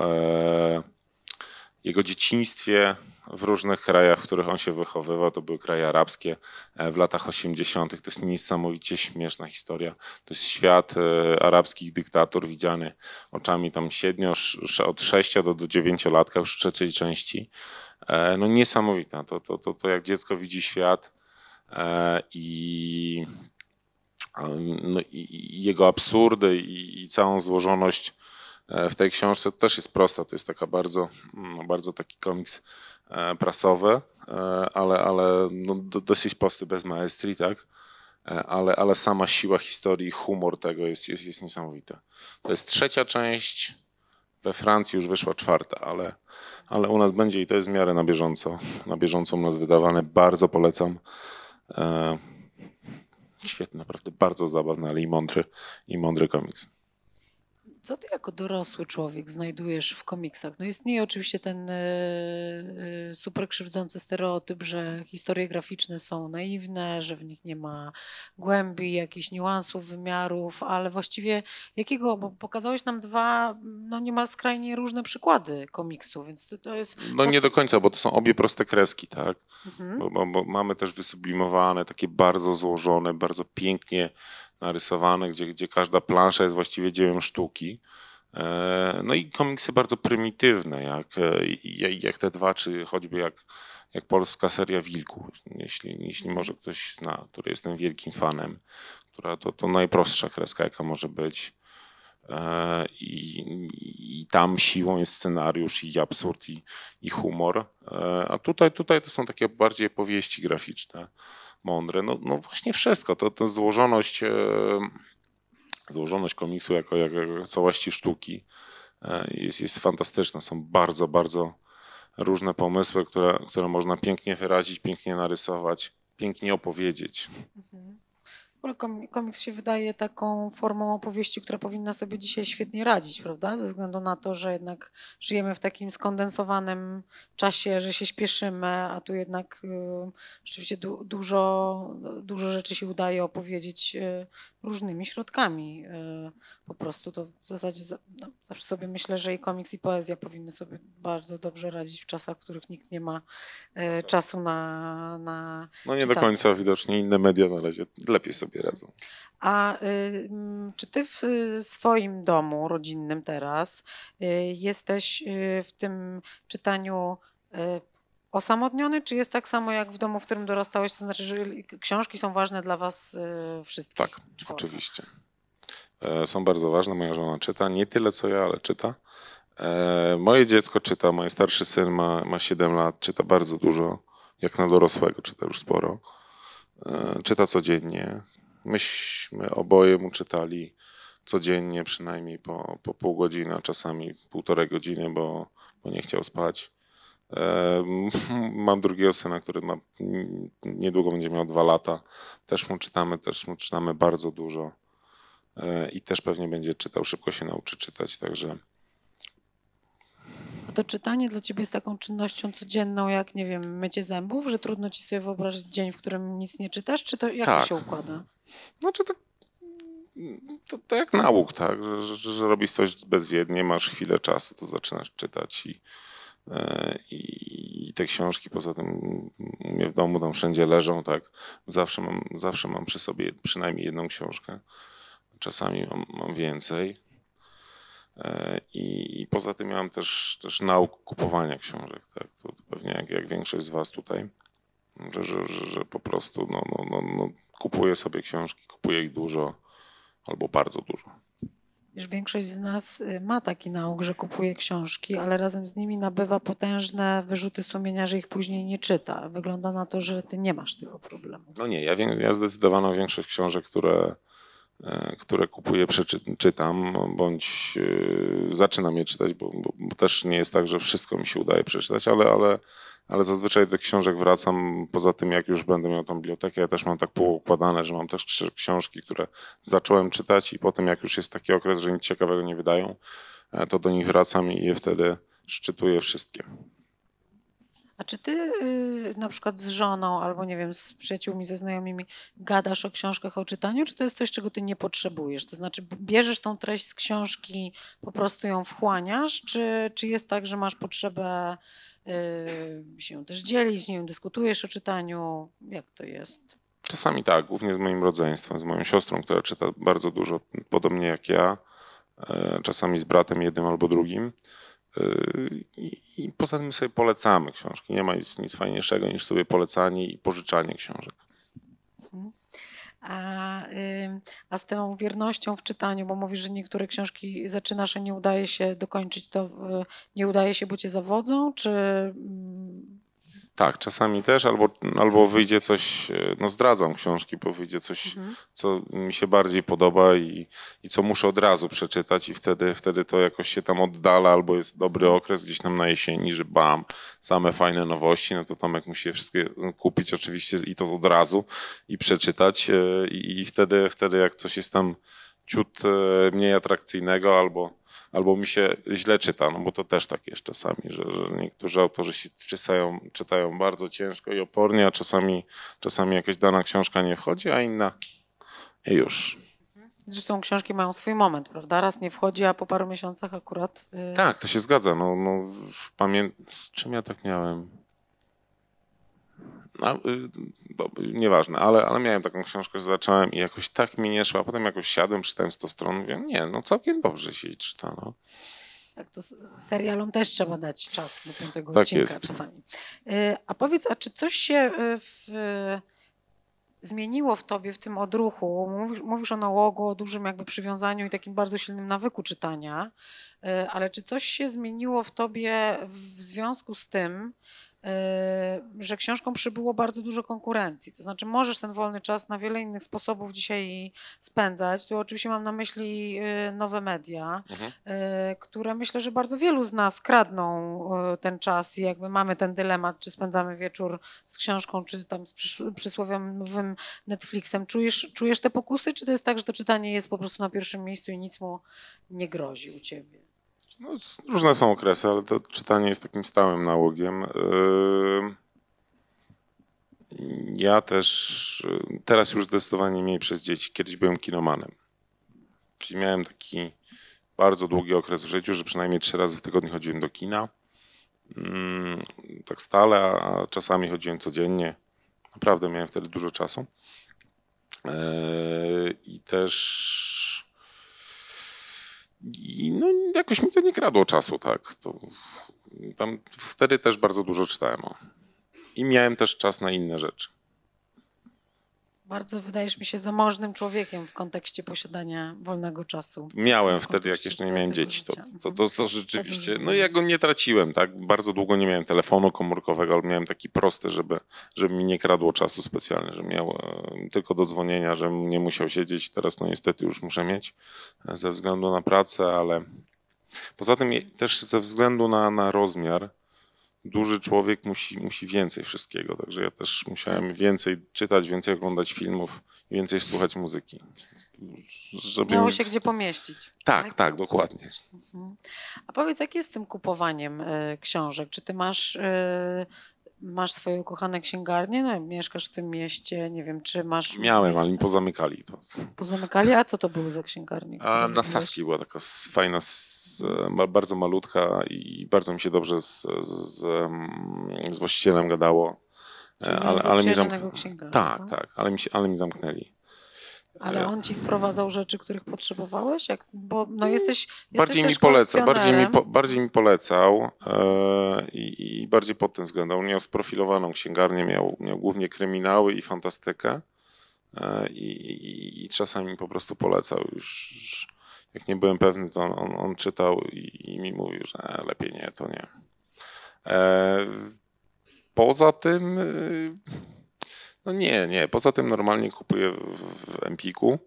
jego dzieciństwie w różnych krajach, w których on się wychowywał. To były kraje arabskie w latach 80. To jest niesamowicie śmieszna historia. To jest świat arabskich dyktatur widziany oczami tam średnio od 6 do 9-latka już w 3. części. No niesamowita. To jak dziecko widzi świat i jego absurdy i całą złożoność w tej książce to też jest prosta. To jest taka bardzo taki komiks prasowy, ale dosyć prosty, bez maestrii, tak? Ale sama siła historii, humor tego jest niesamowita. To jest 3. część, we Francji już wyszła 4., ale u nas będzie i to jest w miarę na bieżąco. Na bieżąco u nas wydawane, bardzo polecam. Świetny, naprawdę bardzo zabawny, ale i mądry komiks. Co ty jako dorosły człowiek znajdujesz w komiksach? No istnieje oczywiście ten super krzywdzący stereotyp, że historie graficzne są naiwne, że w nich nie ma głębi, jakichś niuansów, wymiarów, ale właściwie bo pokazałeś nam 2 niemal skrajnie różne przykłady komiksu, więc to jest... No nie do końca, bo to są obie proste kreski, tak? Bo mamy też wysublimowane, takie bardzo złożone, bardzo pięknie narysowane, gdzie każda plansza jest właściwie dziełem sztuki. No i komiksy bardzo prymitywne, jak te 2, czy choćby jak polska seria Wilku, jeśli może ktoś zna, której jestem wielkim fanem, która to najprostsza kreska, jaka może być. I tam siłą jest scenariusz i absurd i humor. A tutaj to są takie bardziej powieści graficzne. mądre. No właśnie wszystko. To złożoność komiksu jako całości sztuki jest fantastyczna. Są bardzo, bardzo różne pomysły, które można pięknie wyrazić, pięknie narysować, pięknie opowiedzieć. W ogóle komiks się wydaje taką formą opowieści, która powinna sobie dzisiaj świetnie radzić, prawda? Ze względu na to, że jednak żyjemy w takim skondensowanym czasie, że się śpieszymy, a tu jednak rzeczywiście dużo rzeczy się udaje opowiedzieć różnymi środkami. Po prostu to w zasadzie zawsze sobie myślę, że i komiks, i poezja powinny sobie bardzo dobrze radzić w czasach, w których nikt nie ma czasu na No nie czytanie. do końca widocznie inne media na razie lepiej sobie radzą. A czy ty w swoim domu rodzinnym teraz jesteś w tym czytaniu osamotniony, czy jest tak samo jak w domu, w którym dorastałeś? To znaczy, że książki są ważne dla was wszystkich? Tak, czworga? oczywiście. Są bardzo ważne. Moja żona czyta, nie tyle co ja, ale czyta. Moje dziecko czyta, mój starszy syn ma 7 lat, czyta bardzo dużo, jak na dorosłego, czyta już sporo. Czyta codziennie. Myśmy oboje mu czytali codziennie, przynajmniej po pół godziny, a czasami 1,5 godziny, bo nie chciał spać. Mam drugiego syna, który niedługo będzie miał 2 lata. Też mu czytamy bardzo dużo i też pewnie będzie czytał, szybko się nauczy czytać, także... To czytanie dla ciebie jest taką czynnością codzienną, jak, nie wiem, mycie zębów, że trudno ci sobie wyobrazić dzień, w którym nic nie czytasz, czy to jak Tak. to się układa? Znaczy to jak nauk, tak, że robisz coś bezwiednie, masz chwilę czasu, to zaczynasz czytać i te książki poza tym u mnie w domu tam wszędzie leżą, tak, zawsze mam przy sobie przynajmniej jedną książkę, czasami mam więcej i poza tym miałem też nauk kupowania książek, tak, to pewnie jak większość z was tutaj, że po prostu kupuję sobie książki, kupuję ich dużo albo bardzo dużo. Wiesz, większość z nas ma taki nauk, że kupuje książki, ale razem z nimi nabywa potężne wyrzuty sumienia, że ich później nie czyta. Wygląda na to, że ty nie masz tego problemu. No nie, ja zdecydowaną większość książek, które kupuję, czytam, bądź zaczynam je czytać, bo też nie jest tak, że wszystko mi się udaje przeczytać, ale zazwyczaj do książek wracam. Poza tym, jak już będę miał tą bibliotekę, ja też mam tak poukładane, że mam też książki, które zacząłem czytać i potem, jak już jest taki okres, że nic ciekawego nie wydają, to do nich wracam i je wtedy szczytuję wszystkie. A czy ty na przykład z żoną albo nie wiem, z przyjaciółmi, ze znajomymi gadasz o książkach, o czytaniu, czy to jest coś, czego ty nie potrzebujesz? To znaczy bierzesz tą treść z książki, po prostu ją wchłaniasz, czy jest tak, że masz potrzebę się też dzielić, nie wiem, dyskutujesz o czytaniu? Jak to jest? Czasami tak, głównie z moim rodzeństwem, z moją siostrą, która czyta bardzo dużo, podobnie jak ja, czasami z bratem jednym albo drugim. I poza tym sobie polecamy książki. Nie ma nic fajniejszego niż sobie polecanie i pożyczanie książek. A z tą wiernością w czytaniu, bo mówisz, że niektóre książki zaczynasz, a nie udaje się dokończyć, to nie udaje się, bo cię zawodzą, czy... Tak, czasami też, albo wyjdzie coś, zdradzam książki, bo wyjdzie coś, co mi się bardziej podoba i co muszę od razu przeczytać i wtedy to jakoś się tam oddala, albo jest dobry okres gdzieś tam na jesieni, że same fajne nowości, no to Tomek musi je wszystkie kupić oczywiście i to od razu i przeczytać i wtedy jak coś jest tam ciut mniej atrakcyjnego albo mi się źle czyta, no bo to też tak jest czasami, że niektórzy autorzy się czytają bardzo ciężko i opornie, a czasami jakaś dana książka nie wchodzi, a inna i już. Zresztą książki mają swój moment, prawda? Raz nie wchodzi, a po paru miesiącach akurat... Tak, to się zgadza. Z czym ja tak miałem? Nieważne, ale miałem taką książkę, że zacząłem i jakoś tak mi nie szła, a potem jakoś siadłem, czytałem 100 stron, mówię, nie, całkiem dobrze się jej czyta, no. Tak, to serialom też trzeba dać czas do 5. Tak odcinka jest. czasami. A powiedz, czy coś się zmieniło w tobie w tym odruchu? Mówisz o nałogu, o dużym jakby przywiązaniu i takim bardzo silnym nawyku czytania, ale czy coś się zmieniło w tobie w związku z tym, że książkom przybyło bardzo dużo konkurencji. To znaczy możesz ten wolny czas na wiele innych sposobów dzisiaj spędzać. Tu oczywiście mam na myśli nowe media, które myślę, że bardzo wielu z nas kradną ten czas i jakby mamy ten dylemat, czy spędzamy wieczór z książką, czy tam z przysłowiowym Netflixem. Czujesz te pokusy, czy to jest tak, że to czytanie jest po prostu na pierwszym miejscu i nic mu nie grozi u ciebie? No, różne są okresy, ale to czytanie jest takim stałym nałogiem. Ja też teraz już zdecydowanie mniej przez dzieci. Kiedyś byłem kinomanem. Czyli miałem taki bardzo długi okres w życiu, że przynajmniej 3 razy w tygodniu chodziłem do kina. Tak stale, a czasami chodziłem codziennie. Naprawdę miałem wtedy dużo czasu. I też no, jakoś mi to nie kradło czasu, tak. Tam wtedy też bardzo dużo czytałem. I miałem też czas na inne rzeczy. Bardzo wydajesz mi się zamożnym człowiekiem w kontekście posiadania wolnego czasu. Miałem wtedy, jak jeszcze nie miałem dzieci. To rzeczywiście, no ja go nie traciłem, tak? Bardzo długo nie miałem telefonu komórkowego, ale miałem taki prosty, żeby mi nie kradło czasu specjalnie, że miał tylko do dzwonienia, żebym nie musiał siedzieć. Teraz no niestety już muszę mieć ze względu na pracę, ale poza tym też ze względu na rozmiar duży człowiek musi więcej wszystkiego, także ja też musiałem więcej czytać, więcej oglądać filmów, więcej słuchać muzyki. Miało się gdzie pomieścić. Tak, dokładnie. A powiedz, jak jest z tym kupowaniem książek? Czy ty masz swoje ukochane księgarnie? No, mieszkasz w tym mieście, nie wiem, czy masz... Miałem, ale mi pozamykali to. Pozamykali? A co to były za księgarnie? Na Saskiej była taka fajna, bardzo malutka i bardzo mi się dobrze z właścicielem gadało. Ale mi tak, ale mi zamknęli. Ale on ci sprowadzał rzeczy, których potrzebowałeś? Bo no jesteś bardziej mi polecał i bardziej pod tym względem. On miał sprofilowaną księgarnię, miał głównie kryminały i fantastykę i czasami mi po prostu polecał. Już jak nie byłem pewny, to on czytał i mi mówił, że lepiej nie, to nie. Poza tym... No nie. Poza tym normalnie kupuję w Empiku,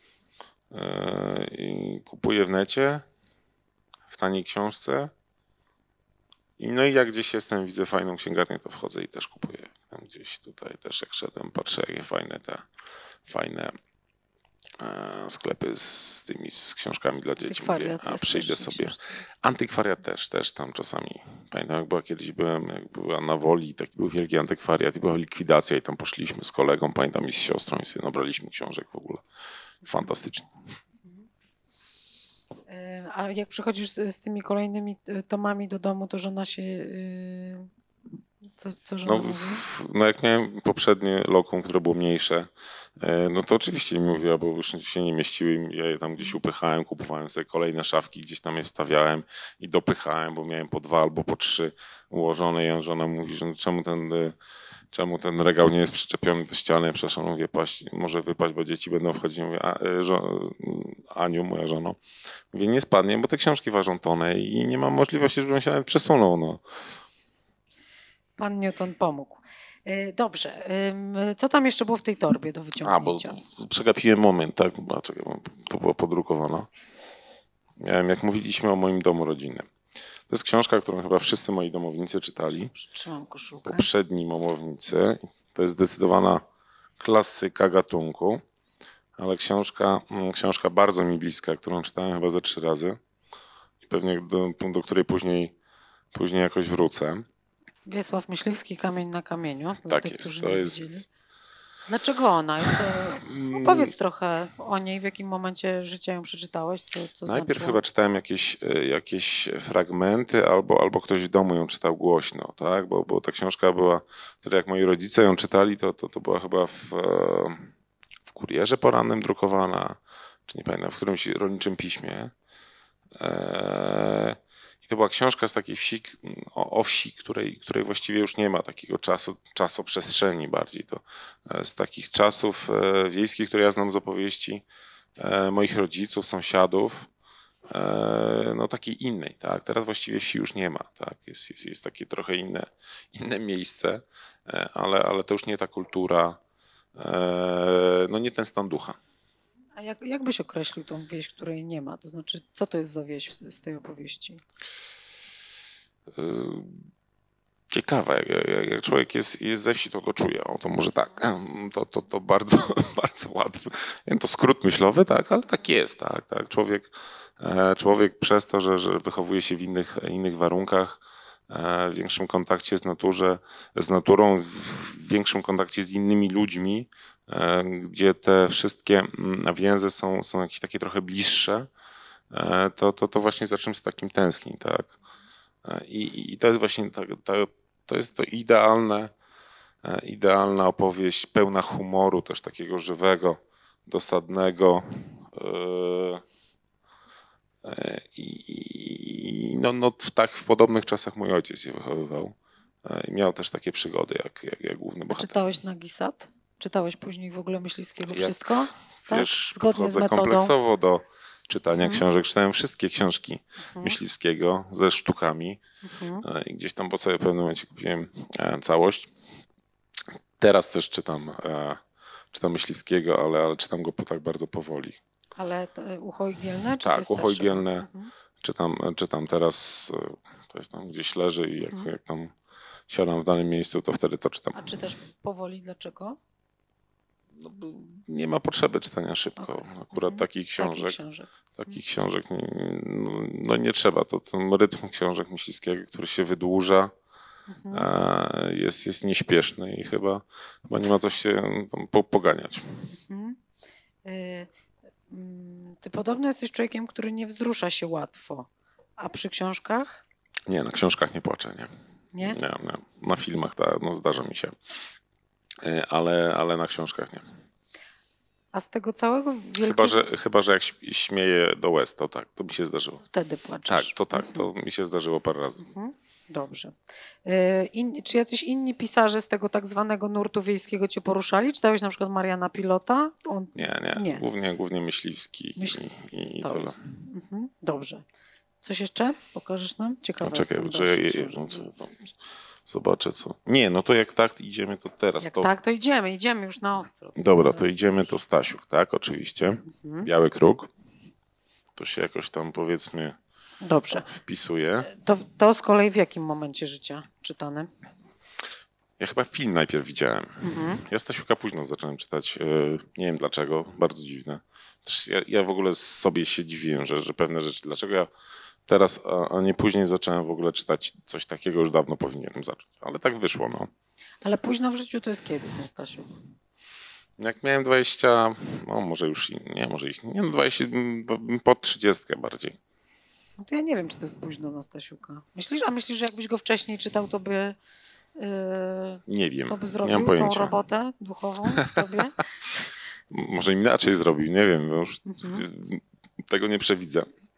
kupuję w necie, w taniej książce. No i jak gdzieś jestem, widzę fajną księgarnię, to wchodzę i też kupuję. Tam gdzieś tutaj też jak szedłem, patrzę jakie fajne sklepy z książkami dla dzieci. Mówię, a przyjdę sobie. Antykwariat też tam czasami. Pamiętam, jak była na Woli, taki był wielki antykwariat i była likwidacja i tam poszliśmy z kolegą, pamiętam, i z siostrą i sobie nabraliśmy książek w ogóle. Fantastycznie. A jak przychodzisz z tymi kolejnymi tomami do domu, to żona się... Co żona mówi? No jak miałem poprzednie lokum, które było mniejsze, no to oczywiście mi mówiła, bo już się nie mieściły. Ja je tam gdzieś upychałem, kupowałem sobie kolejne szafki, gdzieś tam je wstawiałem i dopychałem, bo miałem po 2 albo po 3 ułożone i żona mówi, że czemu ten regał nie jest przyczepiony do ściany. Przepraszam, mówię, może wypaść, bo dzieci będą wchodzić. Mówię, Aniu, moja żona, mówię, nie spadnie, bo te książki ważą tonę i nie mam możliwości, żebym się nawet przesunął. No. Pan Newton pomógł. Dobrze. Co tam jeszcze było w tej torbie do wyciągnięcia? Bo przegapiłem moment, tak? To była podrukowana. Miałem, jak mówiliśmy o moim domu rodzinnym. To jest książka, którą chyba wszyscy moi domownicy czytali. Trzymam koszulkę. Poprzedni domownicy. To jest zdecydowana klasyka gatunku, ale książka bardzo mi bliska, którą czytałem chyba ze 3 razy. I pewnie do której później jakoś wrócę. Wiesław Myśliwski, Kamień na kamieniu. Tak jest, to jest... Dlaczego ona? Powiedz trochę o niej, w jakim momencie życia ją przeczytałeś, co Najpierw chyba czytałem jakieś fragmenty, albo ktoś w domu ją czytał głośno, tak? Bo ta książka była, wtedy jak moi rodzice ją czytali, to była chyba w Kurierze Porannym drukowana, czy nie pamiętam, w którymś rolniczym piśmie. I to była książka z takiej wsi, o wsi, której właściwie już nie ma, takiego czasoprzestrzeni bardziej. To z takich czasów wiejskich, które ja znam z opowieści moich rodziców, sąsiadów. no takiej innej, tak? Teraz właściwie wsi już nie ma, tak? Jest takie trochę inne miejsce, ale to już nie ta kultura, no nie ten stan ducha. A jak byś określił tą wieś, której nie ma? To znaczy, co to jest za wieś z tej opowieści? Ciekawe, jak człowiek jest ze wsi, to czuje. O, to może tak, to bardzo, bardzo łatwe. To skrót myślowy, tak, ale tak jest, tak. Człowiek przez to, że wychowuje się w innych warunkach, w większym kontakcie z naturą, w większym kontakcie z innymi ludźmi, gdzie te wszystkie więzy są jakieś takie trochę bliższe, to właśnie za czymś takim tęskni, tak. I to jest właśnie to jest to idealna opowieść, pełna humoru, też takiego żywego, dosadnego. I w podobnych czasach mój ojciec się wychowywał. I miał też takie przygody, jak główny bohater. A czytałeś Nagi Sad? Czytałeś później w ogóle Myśliwskiego wszystko? Wiesz, tak? Zgodnie z metodą? Kompleksowo do czytania książek. Czytałem wszystkie książki Myśliwskiego ze sztukami. I gdzieś tam po sobie w pewnym momencie kupiłem całość. Teraz też czytam Myśliwskiego, ale czytam go tak bardzo powoli. Ale Ucho Igielne? Czy tak, Ucho Igielne. Czytam teraz, to jest tam gdzieś leży i jak tam siadam w danym miejscu, to wtedy to czytam. A czytasz powoli? Dlaczego? No, nie ma potrzeby czytania szybko. Okay. Akurat takich książek nie trzeba. To ten rytm książek Myśliwskiego, który się wydłuża, jest nieśpieszny i chyba nie ma co się tam poganiać. Ty podobno jesteś człowiekiem, który nie wzrusza się łatwo. A przy książkach? Nie, na książkach nie płaczę, nie. Nie? Nie. Na filmach zdarza mi się. Ale na książkach nie. A z tego całego wielkiego... Chyba, że jak śmieję do łez, to tak, to mi się zdarzyło. Wtedy płaczesz. Tak, to mi się zdarzyło parę razy. Dobrze. Czy jacyś inni pisarze z tego tak zwanego nurtu wiejskiego cię poruszali? Czytałeś na przykład Mariana Pilota? Nie. Głównie Myśliwski. I tyle. Dobrze. Coś jeszcze? Pokażesz nam? Ciekawe. Zobaczę co. Nie, no to jak tak idziemy, to teraz. To idziemy już na ostro. Dobra, to idziemy, to Stasiuk, tak, oczywiście. Biały Kruk. To się jakoś tam, powiedzmy, dobrze wpisuje. To z kolei w jakim momencie życia czytane? Ja chyba film najpierw widziałem. Ja Stasiuka późno zacząłem czytać. Nie wiem dlaczego, bardzo dziwne. Ja w ogóle sobie się dziwiłem, że pewne rzeczy, dlaczego ja teraz, a nie później zacząłem w ogóle czytać coś takiego, już dawno powinienem zacząć. Ale tak wyszło, no. Ale późno w życiu to jest kiedy, ten Stasiuk? Jak miałem 20, może 20, pod 30 bardziej. No to ja nie wiem, czy to jest późno na Stasiuka. Myślisz, że jakbyś go wcześniej czytał, to by... nie wiem, to by zrobił nie mam pojęcia. Tą robotę duchową w tobie? Może inaczej zrobił, nie wiem, bo już tego nie przewidzę.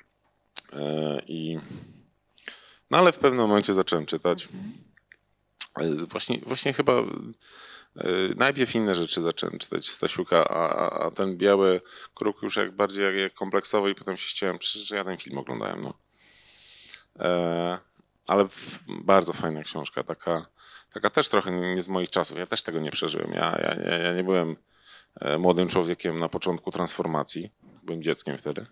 Ale w pewnym momencie zacząłem czytać. Właśnie chyba najpierw inne rzeczy zacząłem czytać Stasiuka, a ten Biały Kruk już bardziej jak kompleksowy i potem się chciałem, że ja ten film oglądałem. No. Ale bardzo fajna książka, taka też trochę nie z moich czasów. Ja też tego nie przeżyłem. Ja nie byłem młodym człowiekiem na początku transformacji. Byłem dzieckiem wtedy.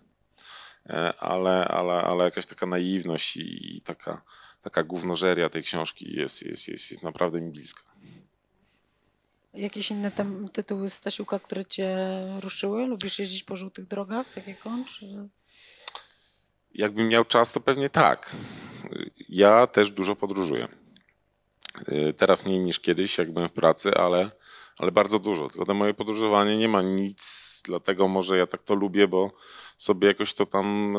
Ale jakaś taka naiwność i taka gównożeria tej książki jest naprawdę mi bliska. Jakieś inne tytuły Stasiuka, które cię ruszyły? Lubisz jeździć po żółtych drogach, tak jak on? Czy... Jakbym miał czas, to pewnie tak. Ja też dużo podróżuję. Teraz mniej niż kiedyś, jak byłem w pracy, ale bardzo dużo. Tylko to moje podróżowanie nie ma nic, dlatego może ja tak to lubię, bo sobie jakoś to tam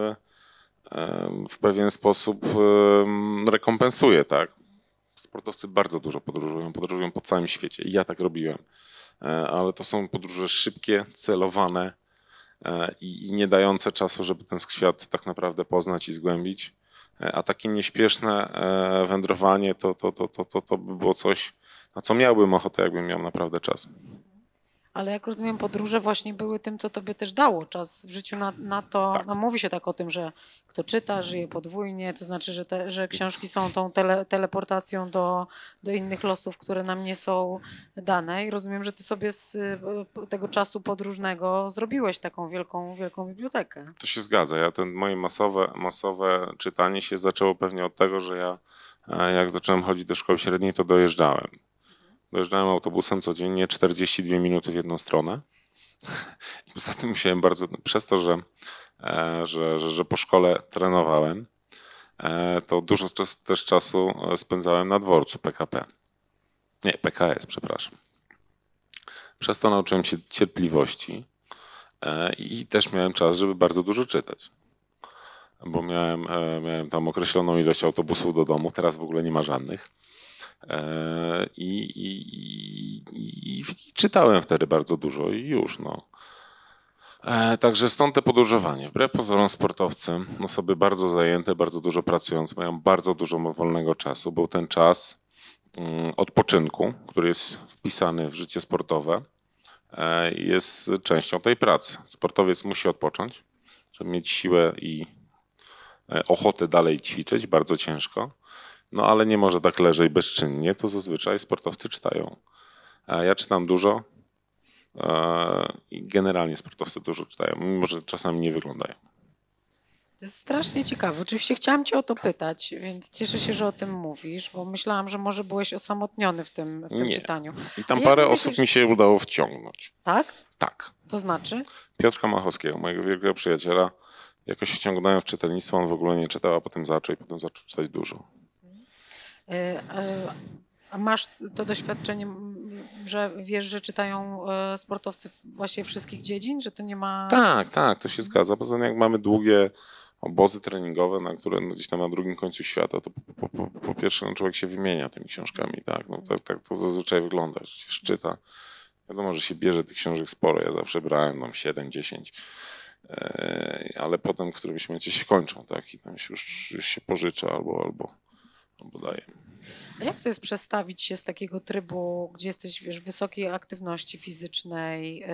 w pewien sposób rekompensuję, tak? Sportowcy bardzo dużo podróżują po całym świecie i ja tak robiłem. Ale to są podróże szybkie, celowane i nie dające czasu, żeby ten świat tak naprawdę poznać i zgłębić. A takie nieśpieszne wędrowanie to by było coś, na co miałbym ochotę, jakbym miał naprawdę czas. Ale jak rozumiem, podróże właśnie były tym, co tobie też dało czas w życiu na to. Tak. No mówi się tak o tym, że kto czyta, żyje podwójnie, to znaczy, że książki są tą teleportacją do innych losów, które nam nie są dane. I rozumiem, że ty sobie z tego czasu podróżnego zrobiłeś taką wielką, wielką bibliotekę. To się zgadza. Moje masowe czytanie się zaczęło pewnie od tego, że ja jak zacząłem chodzić do szkoły średniej, to dojeżdżałem. Dojeżdżałem autobusem codziennie 42 minuty w jedną stronę. I poza tym musiałem przez to, że po szkole trenowałem, to dużo też czasu spędzałem na dworcu PKP. Nie, PKS, przepraszam. Przez to nauczyłem się cierpliwości i też miałem czas, żeby bardzo dużo czytać. Bo miałem tam określoną ilość autobusów do domu, teraz w ogóle nie ma żadnych. I czytałem wtedy bardzo dużo i już, no. Także stąd te podróżowanie. Wbrew pozorom sportowcy, osoby bardzo zajęte, bardzo dużo pracujące, mają bardzo dużo wolnego czasu. Był ten czas odpoczynku, który jest wpisany w życie sportowe, jest częścią tej pracy. Sportowiec musi odpocząć, żeby mieć siłę i ochotę dalej ćwiczyć, bardzo ciężko. No ale nie może tak leżeć bezczynnie, to zazwyczaj sportowcy czytają. Ja czytam dużo i generalnie sportowcy dużo czytają, mimo że czasami nie wyglądają. To jest strasznie ciekawe. Oczywiście chciałam cię o to pytać, więc cieszę się, że o tym mówisz, bo myślałam, że może byłeś osamotniony w tym czytaniu. I tam parę osób mi się udało wciągnąć. Tak? Tak. To znaczy? Piotra Machowskiego, mojego wielkiego przyjaciela, jakoś wciągnąłem w czytelnictwo, on w ogóle nie czytał, a potem zaczął czytać dużo. A masz to doświadczenie, że wiesz, że czytają sportowcy właśnie wszystkich dziedzin, że to nie ma... Tak, to się zgadza. Poza tym jak mamy długie obozy treningowe, na które gdzieś tam na drugim końcu świata, to po pierwsze człowiek się wymienia tymi książkami. Tak, no, tak to zazwyczaj wygląda, że się szczyta. Wiadomo, że się bierze tych książek sporo. Ja zawsze brałem tam 7, 10. Ale potem w którymś momencie się kończą, tak? I tam się już się pożycza albo daje. A jak to jest przestawić się z takiego trybu, gdzie jesteś, wiesz, wysokiej aktywności fizycznej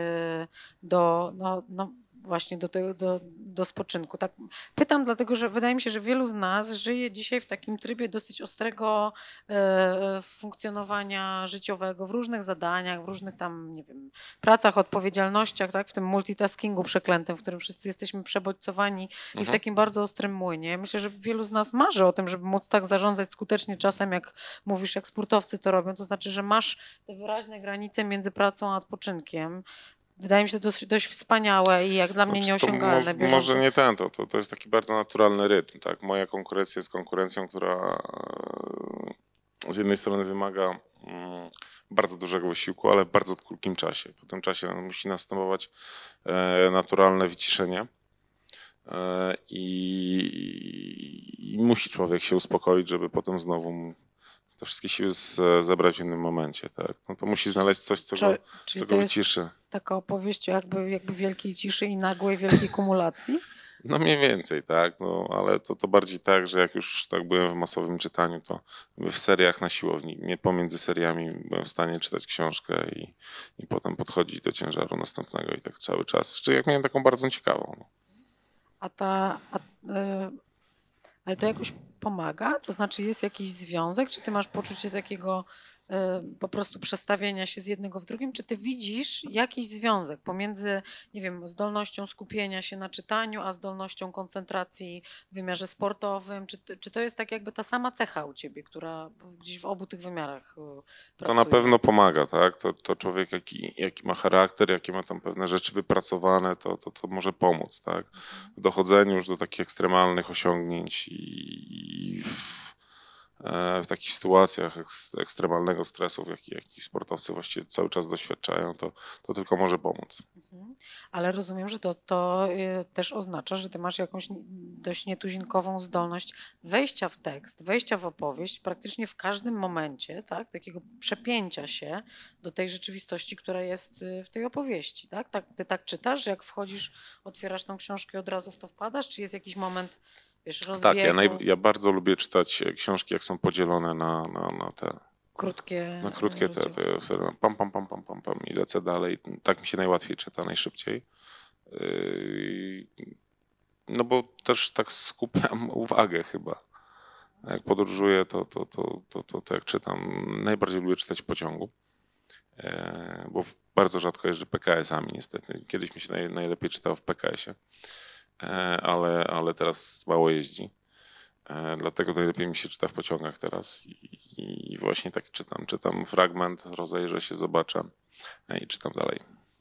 właśnie do spoczynku? Tak pytam dlatego, że wydaje mi się, że wielu z nas żyje dzisiaj w takim trybie dosyć ostrego funkcjonowania życiowego w różnych zadaniach, w różnych tam, nie wiem, pracach, odpowiedzialnościach, tak, w tym multitaskingu przeklętym, w którym wszyscy jesteśmy przebodźcowani i w takim bardzo ostrym młynie. Myślę, że wielu z nas marzy o tym, żeby móc tak zarządzać skutecznie czasem, jak mówisz, jak sportowcy to robią. To znaczy, że masz te wyraźne granice między pracą a odpoczynkiem. Wydaje mi się to dość wspaniałe i jak dla mnie nieosiągalne. Może nie to jest taki bardzo naturalny rytm. Tak? Moja konkurencja jest konkurencją, która z jednej strony wymaga bardzo dużego wysiłku, ale w bardzo krótkim czasie. Po tym czasie musi następować naturalne wyciszenie i musi człowiek się uspokoić, żeby potem znowu te wszystkie siły zebrać w innym momencie. Tak? No to musi znaleźć coś, co go wyciszy. Taka opowieść jakby wielkiej ciszy i nagłej wielkiej kumulacji? No mniej więcej, tak, no, ale to bardziej tak, że jak już tak byłem w masowym czytaniu, to w seriach na siłowni, nie pomiędzy seriami byłem w stanie czytać książkę i potem podchodzić do ciężaru następnego i tak cały czas. Czyli jak miałem taką bardzo ciekawą. No. Ale to jakoś pomaga? To znaczy jest jakiś związek? Czy ty masz poczucie takiego po prostu przestawienia się z jednego w drugim? Czy ty widzisz jakiś związek pomiędzy, nie wiem, zdolnością skupienia się na czytaniu, a zdolnością koncentracji w wymiarze sportowym? Czy to jest tak jakby ta sama cecha u ciebie, która gdzieś w obu tych wymiarach pracuje? To na pewno pomaga, tak? To człowiek, jaki ma charakter, jakie ma tam pewne rzeczy wypracowane, to może pomóc, tak? W dochodzeniu już do takich ekstremalnych osiągnięć i w takich sytuacjach ekstremalnego stresu, jaki sportowcy właściwie cały czas doświadczają, to tylko może pomóc. Ale rozumiem, że to też oznacza, że ty masz jakąś dość nietuzinkową zdolność wejścia w tekst, wejścia w opowieść praktycznie w każdym momencie, tak? Takiego przepięcia się do tej rzeczywistości, która jest w tej opowieści. Tak? Ty tak czytasz, że jak wchodzisz, otwierasz tą książkę i od razu w to wpadasz, czy jest jakiś moment, wiesz, rozbiegu? Tak, ja bardzo lubię czytać książki, jak są podzielone na te krótkie. Na krótkie to ja wtedy pam i lecę dalej. Tak mi się najłatwiej czyta, najszybciej. No bo też tak skupiam uwagę chyba. Jak podróżuję, to jak czytam, najbardziej lubię czytać w pociągu, bo bardzo rzadko jeżdżę PKS-ami niestety. Kiedyś mi się najlepiej czytało w PKS-ie, ale teraz mało jeździ. Dlatego najlepiej mi się czyta w pociągach teraz i właśnie tak czytam fragment, rozejrzę się, zobaczę i czytam dalej.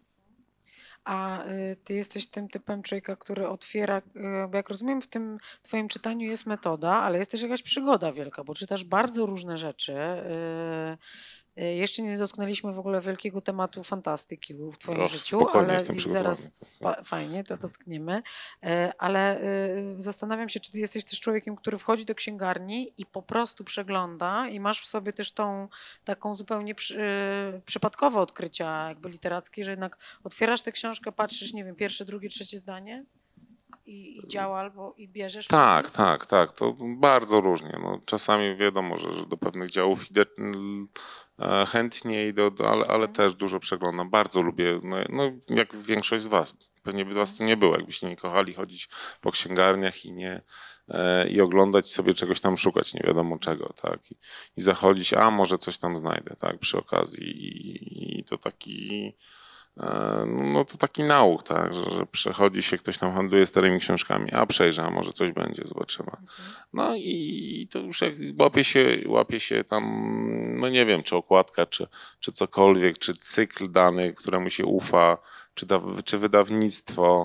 A ty jesteś tym typem człowieka, który otwiera, bo jak rozumiem, w tym twoim czytaniu jest metoda, ale jest też jakaś przygoda wielka, bo czytasz bardzo różne rzeczy. Jeszcze nie dotknęliśmy w ogóle wielkiego tematu fantastyki w twoim życiu, ale zaraz fajnie to dotkniemy. Ale zastanawiam się, czy ty jesteś też człowiekiem, który wchodzi do księgarni i po prostu przegląda i masz w sobie też tą taką zupełnie przypadkowe odkrycia jakby literackie, że jednak otwierasz tę książkę, patrzysz, nie wiem, pierwsze, drugie, trzecie zdanie i działa albo i bierzesz. Tak. To bardzo różnie. No, czasami wiadomo, że do pewnych działów idę chętnie, ale też dużo przeglądam. Bardzo lubię, no jak większość z was. Pewnie by was to nie było, jakbyście nie kochali chodzić po księgarniach i oglądać sobie czegoś tam, szukać nie wiadomo czego, tak. I zachodzić, a może coś tam znajdę, tak, przy okazji. I to taki... No to taki nauk, tak, że przechodzi się, ktoś tam handluje starymi książkami, a przejrzę, a może coś będzie, zobaczymy. No i to już jak łapie się tam, no nie wiem, czy okładka, czy cokolwiek, czy cykl dany, któremu się ufa, czy wydawnictwo.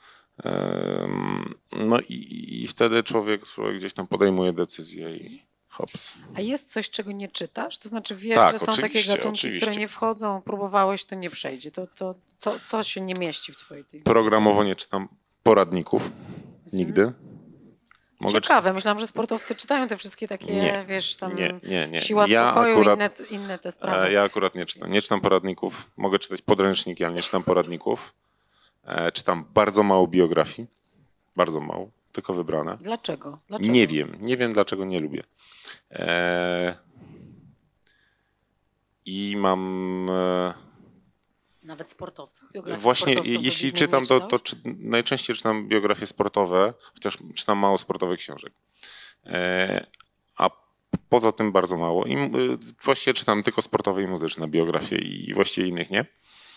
No i wtedy człowiek gdzieś tam podejmuje decyzję i hops. A jest coś, czego nie czytasz? To znaczy wiesz, tak, że są takie gatunki, które nie wchodzą, próbowałeś, to nie przejdzie. Co się nie mieści w twojej tej... Programowo nie czytam poradników. Nigdy. Ciekawe, myślałam, że sportowcy czytają te wszystkie takie, wiesz, tam nie. Siła spokoju, inne te sprawy. Ja akurat nie czytam. Nie czytam poradników. Mogę czytać podręczniki, ale nie czytam poradników. Czytam bardzo mało biografii. Bardzo mało. Tylko wybrane. Dlaczego? Nie wiem dlaczego nie lubię. I mam... Nawet sportowców? Właśnie jeśli czytam, to najczęściej czytam biografie sportowe, chociaż czytam mało sportowych książek. A poza tym bardzo mało. I właściwie czytam tylko sportowe i muzyczne biografie i właściwie innych nie.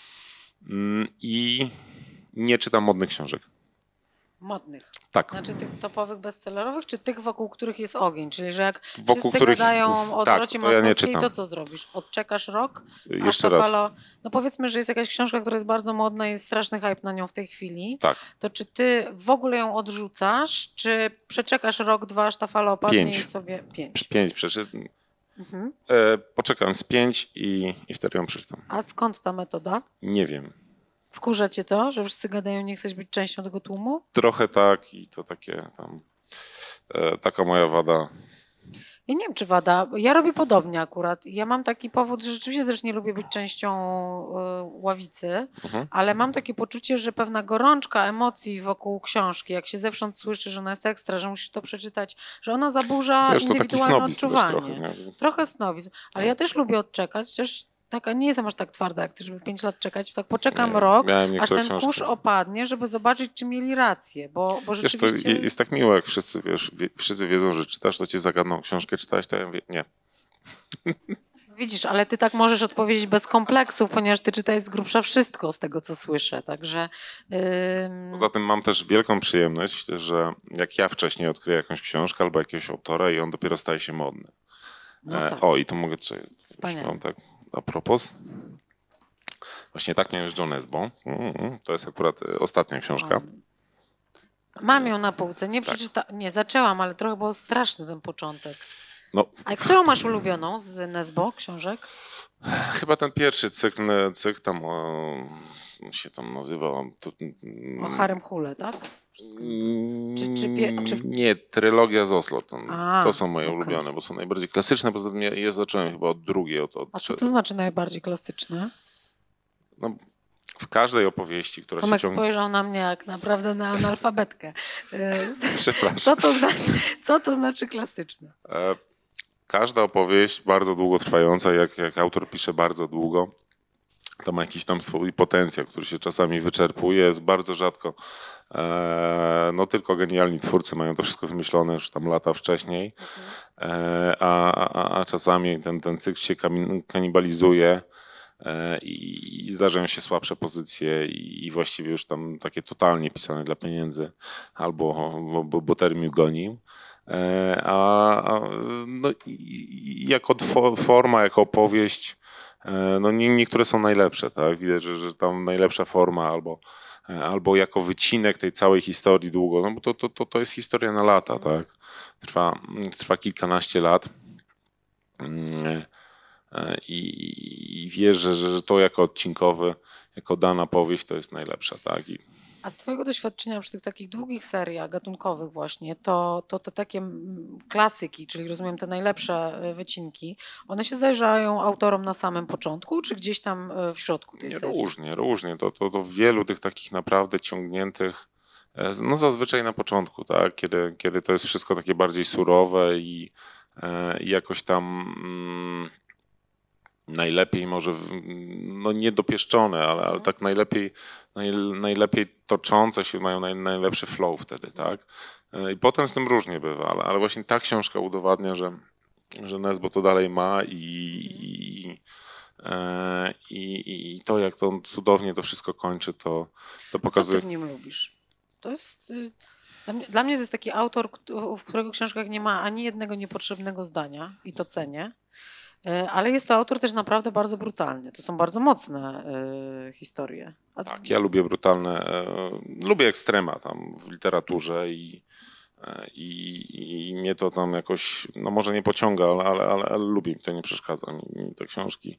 I nie czytam modnych książek. Modnych. Tak. Znaczy tych topowych bestsellerowych, czy tych, wokół których jest ogień? Czyli, że jak wokół wszyscy gadają o Dorocie Masłowskiej, to co zrobisz? Odczekasz rok? Jeszcze raz. No powiedzmy, że jest jakaś książka, która jest bardzo modna i jest straszny hype na nią w tej chwili. Tak. To czy ty w ogóle ją odrzucasz, czy przeczekasz rok, dwa, aż ta fala opadnie i sobie... 5 przeczytam. Poczekam z 5 i wtedy ją przeczytam. A skąd ta metoda? Nie wiem. Wkurza cię to, że wszyscy gadają, nie chcesz być częścią tego tłumu? Trochę tak i to takie tam, taka moja wada. Ja nie wiem, czy wada. Ja robię podobnie akurat. Ja mam taki powód, że rzeczywiście też nie lubię być częścią ławicy, ale mam takie poczucie, że pewna gorączka emocji wokół książki, jak się zewsząd słyszy, że ona jest ekstra, że musisz to przeczytać, że ona zaburza indywidualne odczuwanie. Trochę snobizm. Ale ja też lubię odczekać, chociaż taka nie jestem aż tak twarda jak ty, żeby 5 lat czekać. Tak poczekam rok, aż ten kurz opadnie, żeby zobaczyć, czy mieli rację, bo rzeczywiście... Wiesz, to jest tak miło, jak wszyscy wiedzą, że czytasz, to cię zagadną książkę, czytałeś, to ja mówię, nie. Widzisz, ale ty tak możesz odpowiedzieć bez kompleksów, ponieważ ty czytałeś z grubsza wszystko z tego, co słyszę, także... Poza tym mam też wielką przyjemność, że jak ja wcześniej odkryję jakąś książkę albo jakiegoś autora i on dopiero staje się modny. No tak. I tu mogę coś... Wspaniale. Tak. A propos, właśnie tak miałem z John Nesbo. To jest akurat ostatnia książka. Mam ją na półce, nie zaczęłam, ale trochę był straszny ten początek. No. A którą masz ulubioną z Nesbo książek? Chyba ten pierwszy cykl tam się tam nazywa. O Harem Hule, tak? Nie, trylogia z Oslo. To są moje ulubione, bo są najbardziej klasyczne. Poza tym ja zacząłem chyba od drugiej. A co to znaczy najbardziej klasyczne? No, w każdej opowieści, która Tomek się ciągnie... spojrzał na mnie jak naprawdę na analfabetkę. Przepraszam. Co to znaczy klasyczne? każda opowieść bardzo długotrwająca, jak autor pisze bardzo długo, to ma jakiś tam swój potencjał, który się czasami wyczerpuje, jest bardzo rzadko. No tylko genialni twórcy mają to wszystko wymyślone już tam lata wcześniej, a czasami ten cykl się kanibalizuje i zdarzają się słabsze pozycje i właściwie już tam takie totalnie pisane dla pieniędzy bo termin gonił. No, jako forma, jako opowieść, no niektóre są najlepsze, tak? Widać, że tam najlepsza forma albo jako wycinek tej całej historii długo, no bo to jest historia na lata, tak? Trwa kilkanaście lat i wiesz, że to jako odcinkowy, jako dana powieść to jest najlepsza, tak? A z twojego doświadczenia przy tych takich długich seriach gatunkowych właśnie, to te takie klasyki, czyli rozumiem te najlepsze wycinki, one się zdarzają autorom na samym początku, czy gdzieś tam w środku tej serii? Różnie. To w wielu tych takich naprawdę ciągniętych, no zazwyczaj na początku, tak? Kiedy to jest wszystko takie bardziej surowe i jakoś tam najlepiej może, no niedopieszczone, ale tak najlepiej toczące się, mają najlepszy flow wtedy, tak? I potem z tym różnie bywa, ale właśnie ta książka udowadnia, że Nesbo to dalej ma i to, jak to cudownie to wszystko kończy, to pokazuje. Co ty w nim lubisz? To jest... Dla mnie to jest taki autor, w którego książkach nie ma ani jednego niepotrzebnego zdania i to cenię. Ale jest to autor też naprawdę bardzo brutalny. To są bardzo mocne historie. Tak, ja lubię brutalne, lubię ekstrema tam w literaturze i mnie to tam jakoś, no może nie pociąga, ale lubię, mi to nie przeszkadza. Mi te książki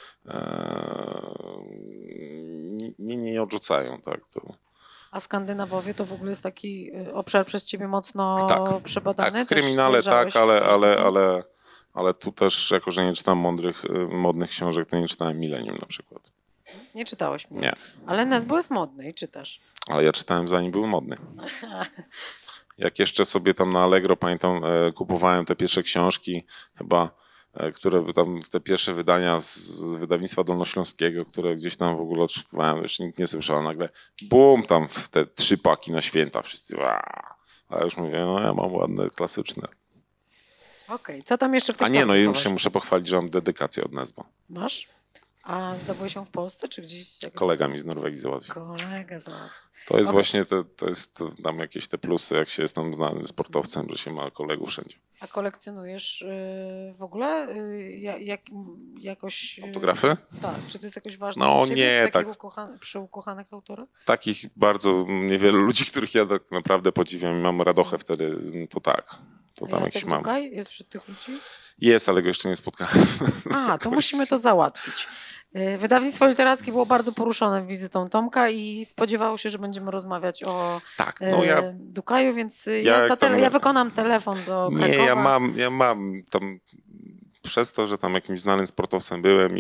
nie odrzucają, tak. A Skandynawowie to w ogóle jest taki obszar przez ciebie mocno przebadany? Tak, w kryminale tak, ale tu też, jako że nie czytam modnych książek, to nie czytałem Millennium na przykład. Nie czytałeś mnie. Nie. Ale Nesbo jest modny i czytasz. Ale ja czytałem zanim był modny. Jak jeszcze sobie tam na Allegro, pamiętam, kupowałem te pierwsze książki, chyba, które tam, te pierwsze wydania z wydawnictwa dolnośląskiego, które gdzieś tam w ogóle odszukowałem, jeszcze nikt nie słyszał, nagle bum, tam w te 3 paki na święta, wszyscy a ja już mówię, no ja mam ładne, klasyczne. Okej, co tam jeszcze w tych A nie, no i już się muszę pochwalić, że mam dedykację od Nesbo. Masz? A zdobyłeś ją w Polsce, czy gdzieś? Kolega mi z Norwegii załatwił. Kolega załatwił. To jest właśnie, to jest tam jakieś te plusy, jak się jest tam znanym sportowcem, że się ma kolegów wszędzie. A kolekcjonujesz w ogóle jakoś... Autografy? Tak, czy to jest jakoś ważne No dla ciebie, nie, tak. Przy ukochanych autorach? Takich bardzo niewielu ludzi, których ja tak naprawdę podziwiam i mam radochę wtedy, to tak. To tam jakiś mam. Dukaj jest wśród tych ludzi? Jest, ale go jeszcze nie spotkałem. To musimy to załatwić. Wydawnictwo literackie było bardzo poruszone wizytą Tomka i spodziewało się, że będziemy rozmawiać o Dukaju, więc ja wykonam telefon do Krakowa. Nie, ja mam tam przez to, że tam jakimś znanym sportowcem byłem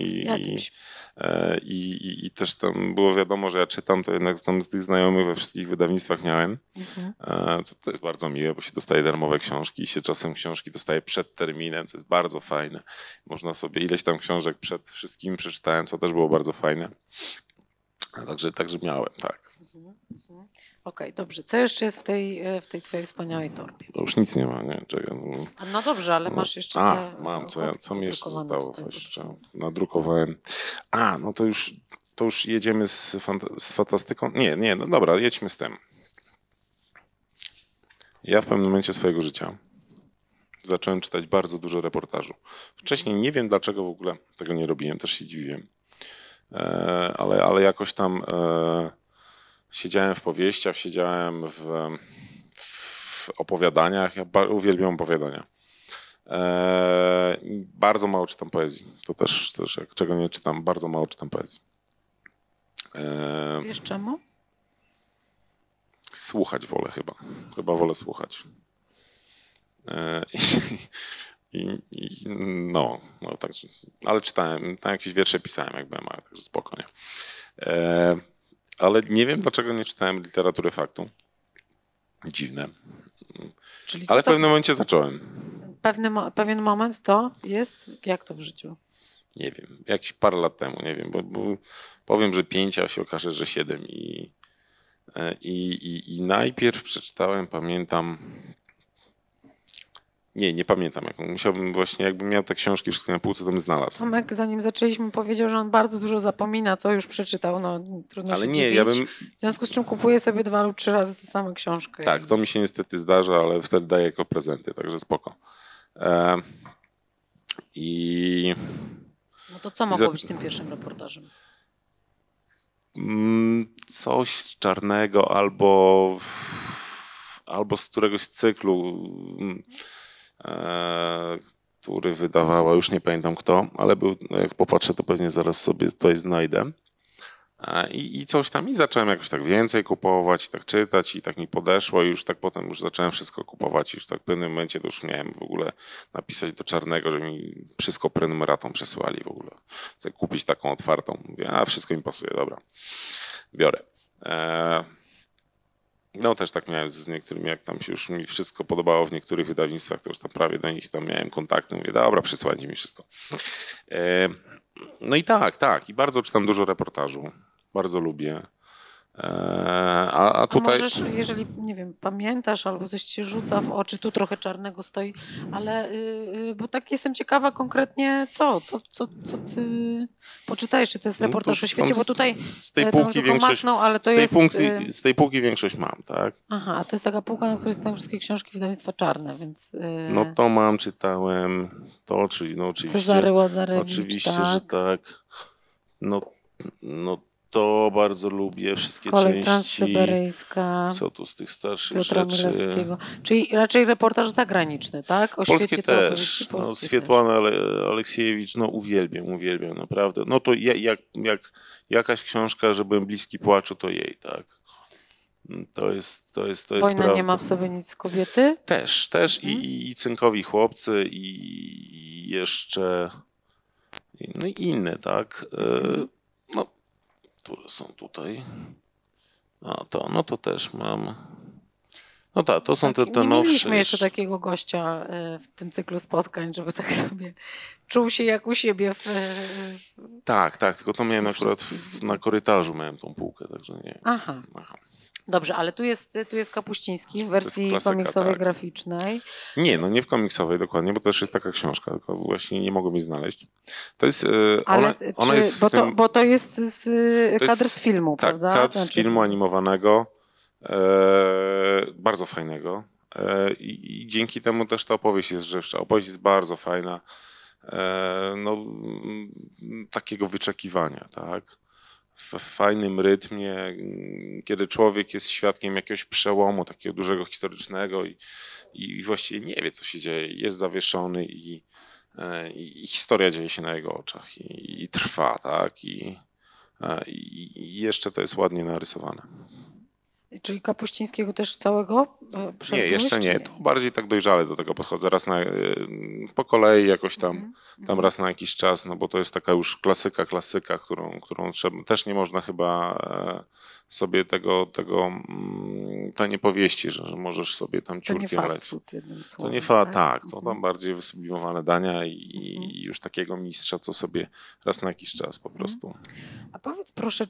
i też tam było wiadomo, że ja czytam, to jednak tam z tych znajomych we wszystkich wydawnictwach miałem, co to jest bardzo miłe, bo się dostaje darmowe książki i się czasem książki dostaje przed terminem, co jest bardzo fajne. Można sobie ileś tam książek przed wszystkimi przeczytałem, co też było bardzo fajne. Także miałem, tak. Okej, dobrze. Co jeszcze jest w tej twojej wspaniałej torbie? To już nic nie ma, nie? Czekaj, no dobrze, ale masz jeszcze... Mam, co mi jeszcze zostało? Jeszcze nadrukowałem. No to już jedziemy z fantastyką. Nie, no dobra, jedźmy z tym. Ja w pewnym momencie swojego życia zacząłem czytać bardzo dużo reportażu. Wcześniej nie wiem, dlaczego w ogóle tego nie robiłem, też się dziwiłem. Ale jakoś tam... Siedziałem w powieściach, siedziałem w opowiadaniach. Ja uwielbiam opowiadania. Bardzo mało czytam poezji. To też jak czego nie czytam, bardzo mało czytam poezji. Wiesz czemu? Słuchać wolę chyba. Chyba wolę słuchać. No tak. Ale czytałem, tam jakieś wiersze pisałem, jak byłem mały, także spokojnie. Ale nie wiem, dlaczego nie czytałem literatury faktu. Dziwne. Ale w pewnym momencie zacząłem. pewien moment to jest? Jak to w życiu? Nie wiem, jakieś parę lat temu, nie wiem, bo powiem, że 5, a się okaże, że 7 i najpierw przeczytałem, pamiętam, nie pamiętam jaką, musiałbym właśnie, jakbym miał te książki wszystkie na półce, to bym znalazł. Tomek, zanim zaczęliśmy, powiedział, że on bardzo dużo zapomina, co już przeczytał, no trudno Ale się nie, dziwić. ja bym... W związku z czym kupuje sobie 2 lub 3 razy tę samą książkę. Tak, to mi się niestety zdarza, ale wtedy daję jako prezenty, także spoko. No to co mogło być tym pierwszym reportażem? Coś z Czarnego albo z któregoś cyklu, który wydawała, już nie pamiętam kto, ale był, jak popatrzę, to pewnie zaraz sobie tutaj znajdę. I coś tam, i zacząłem jakoś tak więcej kupować, i tak czytać, i tak mi podeszło, i już tak potem już zacząłem wszystko kupować, i już tak w pewnym momencie to już miałem w ogóle napisać do Czarnego, że mi wszystko prenumeratą przesyłali w ogóle. Chcę kupić taką otwartą. Mówię, wszystko mi pasuje, dobra, biorę. No też tak miałem z niektórymi, jak tam się już mi wszystko podobało w niektórych wydawnictwach, to już tam prawie do nich tam miałem kontakty, mówię, dobra, przysłajcie mi wszystko. No i tak. I bardzo czytam dużo reportażu. Bardzo lubię. A tutaj... A możesz, jeżeli, nie wiem, pamiętasz albo coś ci się rzuca w oczy, tu trochę Czarnego stoi, ale bo tak jestem ciekawa konkretnie co ty poczytajesz, czy to jest reportaż o świecie, bo tutaj z tej półki większość, machnął, ale to jest... z tej półki większość mam, tak? Aha, a to jest taka półka, na której są wszystkie książki wydawnictwa Czarne, więc... No to czytałem, to czyli no oczywiście... Cezary Łazarewicz, oczywiście, tak. że tak. No to bardzo lubię, wszystkie Kolej części. Transsyberyjska. Co tu z tych starszych Piotra rzeczy? Milewskiego. Czyli raczej reportaż zagraniczny, tak? O Polskie świecie też. polskie Swietłana Aleksiejewicz, uwielbiam, naprawdę. No to jak jakaś książka, że byłem bliski płaczu, to jej, tak. To jest Wojna prawda. nie ma w sobie nic kobiety? Też. I Cynkowi chłopcy, i jeszcze no i inne, tak. No, które są tutaj. To też mam. No tak, to są te Nie nowsze. mieliśmy jeszcze takiego gościa w tym cyklu spotkań, żeby tak sobie czuł się jak u siebie Tak, tylko to miałem akurat na korytarzu, miałem tą półkę, także nie. Aha. Dobrze, ale tu jest Kapuściński w wersji klasyka, komiksowej, tak. graficznej. Nie w komiksowej dokładnie, bo to też jest taka książka, tylko właśnie nie mogłem jej znaleźć. To jest, ona jest bo to jest kadr z filmu, tak, prawda? Kadr z filmu animowanego, bardzo fajnego. I dzięki temu też ta opowieść jest żywsza. Opowieść jest bardzo fajna. Takiego wyczekiwania, tak? W fajnym rytmie, kiedy człowiek jest świadkiem jakiegoś przełomu takiego dużego historycznego i właściwie nie wie, co się dzieje. Jest zawieszony i historia dzieje się na jego oczach i trwa, tak? I jeszcze to jest ładnie narysowane. Czyli Kapuścińskiego też całego? Nie, jeszcze nie. To bardziej tak dojrzale do tego podchodzę. Raz po kolei jakoś tam raz na jakiś czas, no bo to jest taka już klasyka, którą trzeba, też nie można chyba sobie tej niepowieści, że możesz sobie tam ciurkiem leć. To nie fast food, jednym słowem. To nie tak. To tam bardziej wysublimowane dania i już takiego mistrza, co sobie raz na jakiś czas po prostu. A powiedz proszę,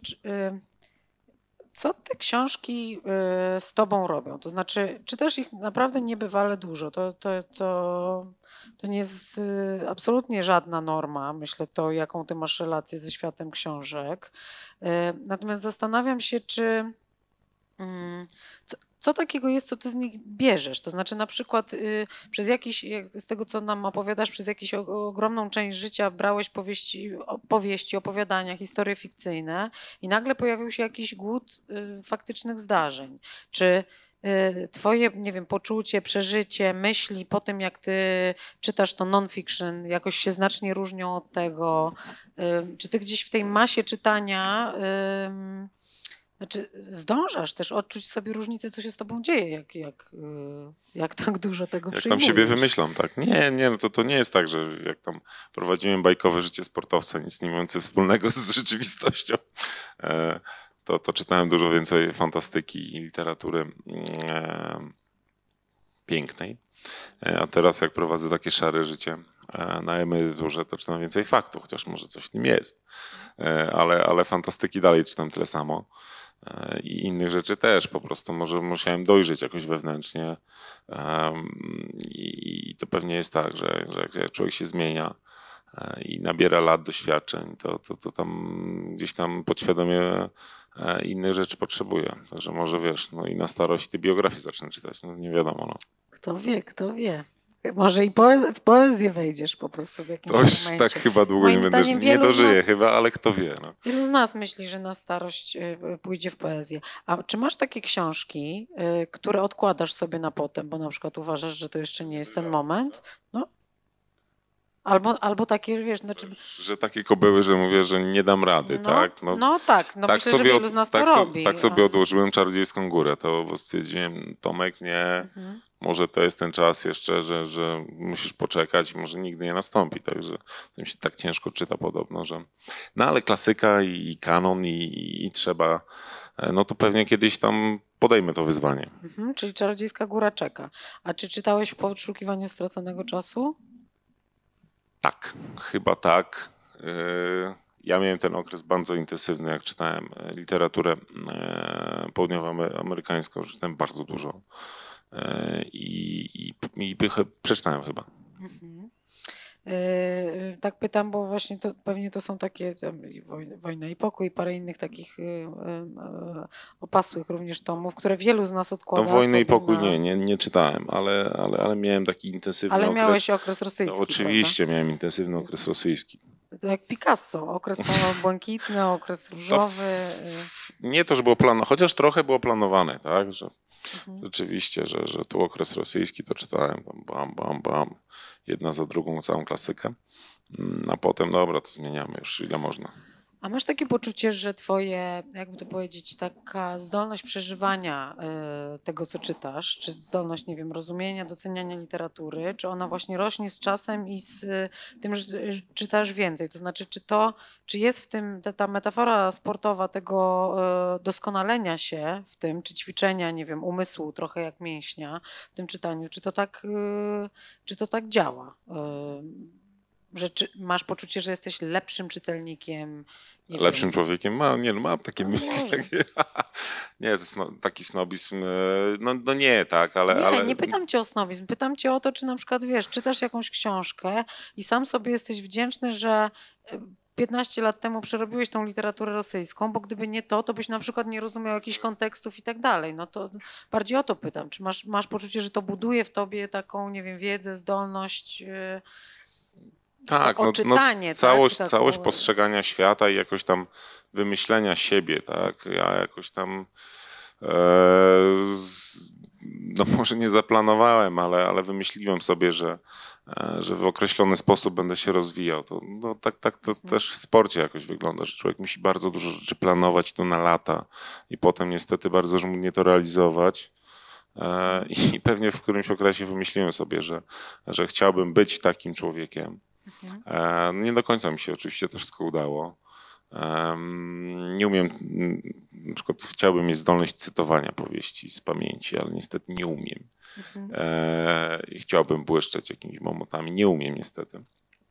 co te książki z tobą robią? To znaczy, czytasz ich naprawdę niebywale dużo. To nie jest absolutnie żadna norma, myślę, to jaką ty masz relację ze światem książek. Natomiast zastanawiam się, czy co takiego jest, co ty z nich bierzesz? To znaczy na przykład przez z tego co nam opowiadasz, przez jakąś ogromną część życia brałeś powieści, opowiadania, historie fikcyjne i nagle pojawił się jakiś głód faktycznych zdarzeń. Czy twoje, nie wiem, poczucie, przeżycie, myśli po tym, jak ty czytasz to non-fiction, jakoś się znacznie różnią od tego? Czy ty gdzieś w tej masie czytania zdążasz też odczuć sobie różnicę, co się z tobą dzieje, jak tak dużo tego przyjmujesz? Jak tam siebie wymyślam, tak? Nie, no to nie jest tak, że jak tam prowadziłem bajkowe życie sportowca, nic nie mające wspólnego z rzeczywistością, to czytałem dużo więcej fantastyki i literatury pięknej. A teraz jak prowadzę takie szare życie na emeryturze, to czytam więcej faktów, chociaż może coś w tym jest. Ale fantastyki dalej czytam tyle samo. I innych rzeczy też. Po prostu może musiałem dojrzeć jakoś wewnętrznie. I to pewnie jest tak, że jak człowiek się zmienia i nabiera lat, doświadczeń, to tam gdzieś tam podświadomie innych rzeczy potrzebuje. Także może wiesz, no i na starość ty biografię zacznę czytać, no nie wiadomo. No. Kto wie. Może i w poezję wejdziesz po prostu w jakimś momencie. Tak chyba długo nie będę, nie dożyję chyba, ale kto wie. No. Wielu z nas myśli, że na starość pójdzie w poezję. A czy masz takie książki, które odkładasz sobie na potem, bo na przykład uważasz, że to jeszcze nie jest ten moment? No. Albo takie, wiesz, znaczy... Że takie kobyły, że mówię, że nie dam rady, tak? No tak, tak myślę, że wielu z nas to robi. Tak sobie odłożyłem Czarodziejską Górę, to stwierdziłem, Tomek, nie, może to jest ten czas jeszcze, że musisz poczekać, może nigdy nie nastąpi, także to mi się tak ciężko czyta podobno, że... No ale klasyka i kanon i trzeba, no to pewnie kiedyś tam podejmę to wyzwanie. Czyli Czarodziejska Góra czeka. A czy czytałeś W poszukiwaniu straconego czasu? Tak, chyba tak. Ja miałem ten okres bardzo intensywny, jak czytałem literaturę południowoamerykańską, czytałem bardzo dużo i przeczytałem chyba. Tak pytam, bo właśnie to pewnie to są takie Wojna i pokój i parę innych takich opasłych również tomów, które wielu z nas odkłada. To Wojny i pokój nie czytałem, ale miałem taki intensywny okres. Ale miałeś okres rosyjski. No, oczywiście prawda? miałem intensywny okres rosyjski. To jak Picasso, okres błękitny, okres różowy. Nie to, że było planowane, chociaż trochę było planowane, tak, że rzeczywiście, że tu okres rosyjski to czytałem, bam, jedna za drugą całą klasykę, a potem dobra, to zmieniamy już ile można. A masz takie poczucie, że twoje, jakby to powiedzieć, taka zdolność przeżywania tego, co czytasz, czy zdolność, nie wiem, rozumienia, doceniania literatury, czy ona właśnie rośnie z czasem i z tym, że czytasz więcej? To znaczy, czy jest w tym ta metafora sportowa tego doskonalenia się w tym, czy ćwiczenia, nie wiem, umysłu, trochę jak mięśnia w tym czytaniu, czy to tak działa? Że masz poczucie, że jesteś lepszym czytelnikiem? Lepszym człowiekiem? Mam takie myśli. Nie, to jest taki snobizm. No nie, tak, ale... Nie pytam cię o snobizm. Pytam cię o to, czy na przykład, wiesz, czytasz jakąś książkę i sam sobie jesteś wdzięczny, że 15 lat temu przerobiłeś tą literaturę rosyjską, bo gdyby nie to byś na przykład nie rozumiał jakichś kontekstów i tak dalej. No to bardziej o to pytam. Czy masz poczucie, że to buduje w tobie taką, nie wiem, wiedzę, zdolność... Tak, całość postrzegania świata i jakoś tam wymyślenia siebie, tak? Ja jakoś tam no może nie zaplanowałem, ale wymyśliłem sobie, że w określony sposób będę się rozwijał. Tak to też w sporcie jakoś wygląda, że człowiek musi bardzo dużo rzeczy planować to na lata i potem niestety bardzo żmudnie to realizować. I pewnie w którymś okresie wymyśliłem sobie, że chciałbym być takim człowiekiem. Nie do końca mi się oczywiście to wszystko udało. Nie umiem, na przykład chciałbym mieć zdolność cytowania powieści z pamięci, ale niestety nie umiem. Chciałbym błyszczeć jakimiś momotami, nie umiem niestety.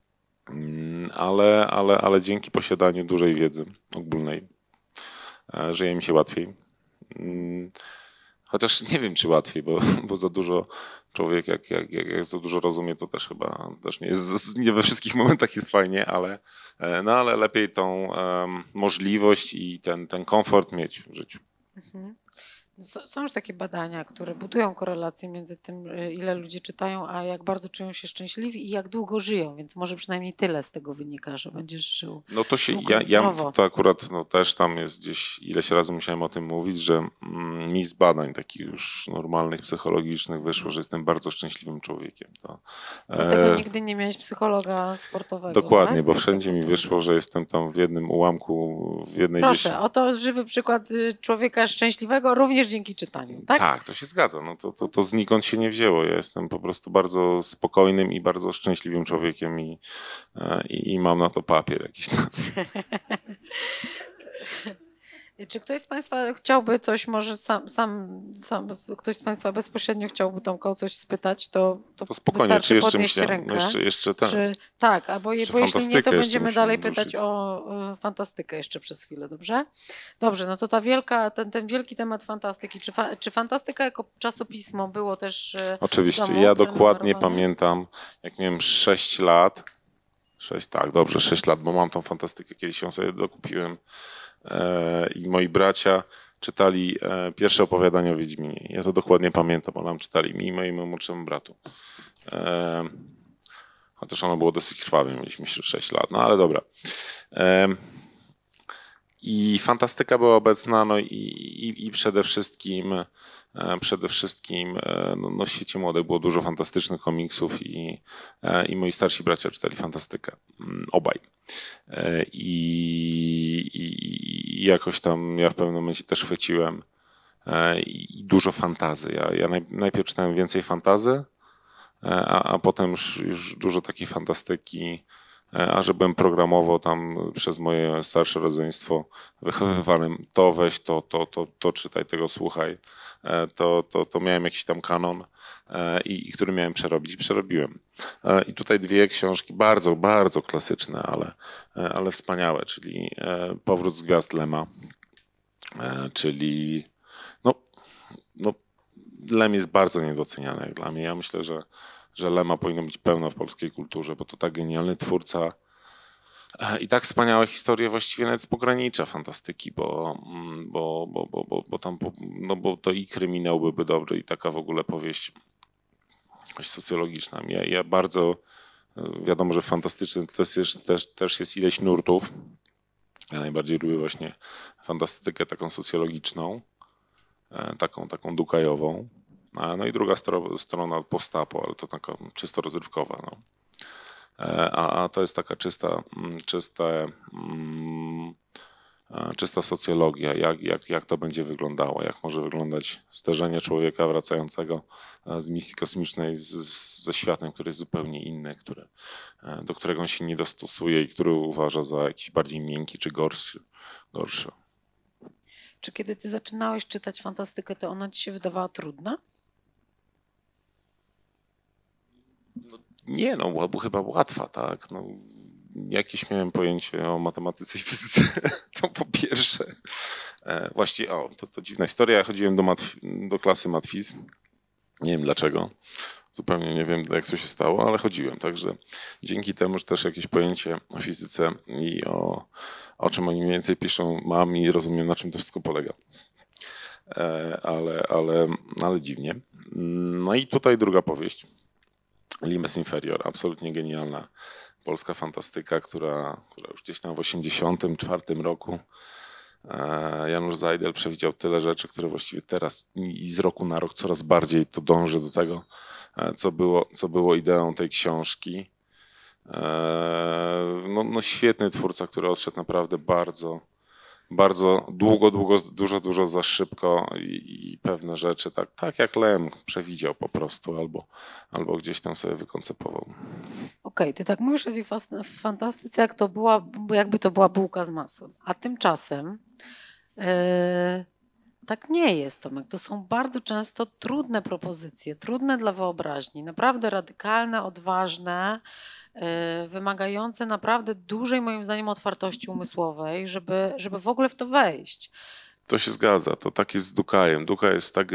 Ale dzięki posiadaniu dużej wiedzy ogólnej żyje mi się łatwiej. Chociaż nie wiem, czy łatwiej, bo za dużo człowiek, jak za dużo rozumie, to też chyba też nie we wszystkich momentach jest fajnie, ale lepiej tą możliwość i ten komfort mieć w życiu. Są już takie badania, które budują korelację między tym, ile ludzie czytają, a jak bardzo czują się szczęśliwi i jak długo żyją, więc może przynajmniej tyle z tego wynika, że będziesz żył. No to ja to akurat też tam jest gdzieś, ileś razy musiałem o tym mówić, że mi z badań takich już normalnych, psychologicznych wyszło, że jestem bardzo szczęśliwym człowiekiem. Dlatego nigdy nie miałeś psychologa sportowego. Dokładnie, tak? Bo wszędzie mi wyszło, że jestem tam w jednym ułamku, w jednej Proszę, oto żywy przykład człowieka szczęśliwego, również dzięki czytaniu, tak? Tak, to się zgadza. No to znikąd się nie wzięło. Ja jestem po prostu bardzo spokojnym i bardzo szczęśliwym człowiekiem i mam na to papier jakiś tam. Czy ktoś z Państwa chciałby coś, może ktoś z Państwa bezpośrednio chciałby Tomka o coś spytać, to spokojnie, czy jeszcze podnieść myślę, rękę. jeszcze tak. Tak, bo jeśli nie, to będziemy dalej wrócić. pytać o fantastykę jeszcze przez chwilę, dobrze? Dobrze, no to ten wielki temat fantastyki. Czy fantastyka jako czasopismo było też Oczywiście, w domu ja dokładnie prenumerowane? pamiętam, jak miałem 6 lat, 6 lat, bo mam tą fantastykę, kiedyś ją sobie dokupiłem i moi bracia czytali pierwsze opowiadanie o Wiedźminie. Ja to dokładnie pamiętam, bo nam czytali mi i mojemu młodszemu bratu. Chociaż ono było dosyć krwawe, mieliśmy 6 lat, no ale dobra. I fantastyka była obecna, no i przede wszystkim no w świecie młodych było dużo fantastycznych komiksów i moi starsi bracia czytali fantastykę. Obaj. I jakoś tam ja w pewnym momencie też chwyciłem i dużo fantazy. Ja najpierw czytałem więcej fantazy, a potem już dużo takiej fantastyki, a że byłem programowo tam przez moje starsze rodzeństwo wychowywanym, to weź, to czytaj, tego słuchaj, to miałem jakiś tam kanon, i który miałem przerobiłem. I tutaj dwie książki bardzo, bardzo klasyczne, ale wspaniałe, czyli Powrót z Gwiazd Lema, czyli no Lem jest bardzo niedoceniany jak dla mnie. Ja myślę, że Lema powinno być pełno w polskiej kulturze, bo to tak genialny twórca i tak wspaniałe historie właściwie nawet z pogranicza fantastyki, bo tam bo to i kryminał byłby dobry i taka w ogóle powieść socjologiczna. Ja bardzo, wiadomo, że fantastyczny też jest ileś nurtów. Ja najbardziej lubię właśnie fantastykę taką socjologiczną, taką dukajową. No i druga strona post-apo, ale to taka czysto rozrywkowa. No. A to jest taka czysta socjologia, jak to będzie wyglądało, jak może wyglądać zderzenie człowieka wracającego z misji kosmicznej ze światem, który jest zupełnie inny, do którego on się nie dostosuje i który uważa za jakiś bardziej miękki czy gorszy. Czy kiedy ty zaczynałeś czytać fantastykę, to ona ci się wydawała trudna? Nie, była chyba łatwa, tak. No, jakieś miałem pojęcie o matematyce i fizyce, to po pierwsze. Właściwie, to dziwna historia, ja chodziłem do klasy matfiz, nie wiem dlaczego, zupełnie nie wiem jak to się stało, ale chodziłem, także dzięki temu, że też jakieś pojęcie o fizyce i o czym oni mniej więcej piszą mam i rozumiem, na czym to wszystko polega. Ale dziwnie. No i tutaj druga powieść. Limes Inferior, absolutnie genialna polska fantastyka, która już gdzieś tam w 1984 roku Janusz Zajdel przewidział tyle rzeczy, które właściwie teraz i z roku na rok coraz bardziej to dąży do tego, co było ideą tej książki. No świetny twórca, który odszedł naprawdę bardzo, bardzo długo, dużo za szybko i pewne rzeczy, tak jak Lem przewidział po prostu, albo gdzieś tam sobie wykoncypował. Okej, ty tak mówisz o tej fantastyce, jakby to była bułka z masłem. A tymczasem tak nie jest, Tomek. To są bardzo często trudne propozycje, trudne dla wyobraźni, naprawdę radykalne, odważne, wymagające naprawdę dużej, moim zdaniem, otwartości umysłowej, żeby w ogóle w to wejść. To się zgadza, to tak jest z Dukajem. Dukaj jest tak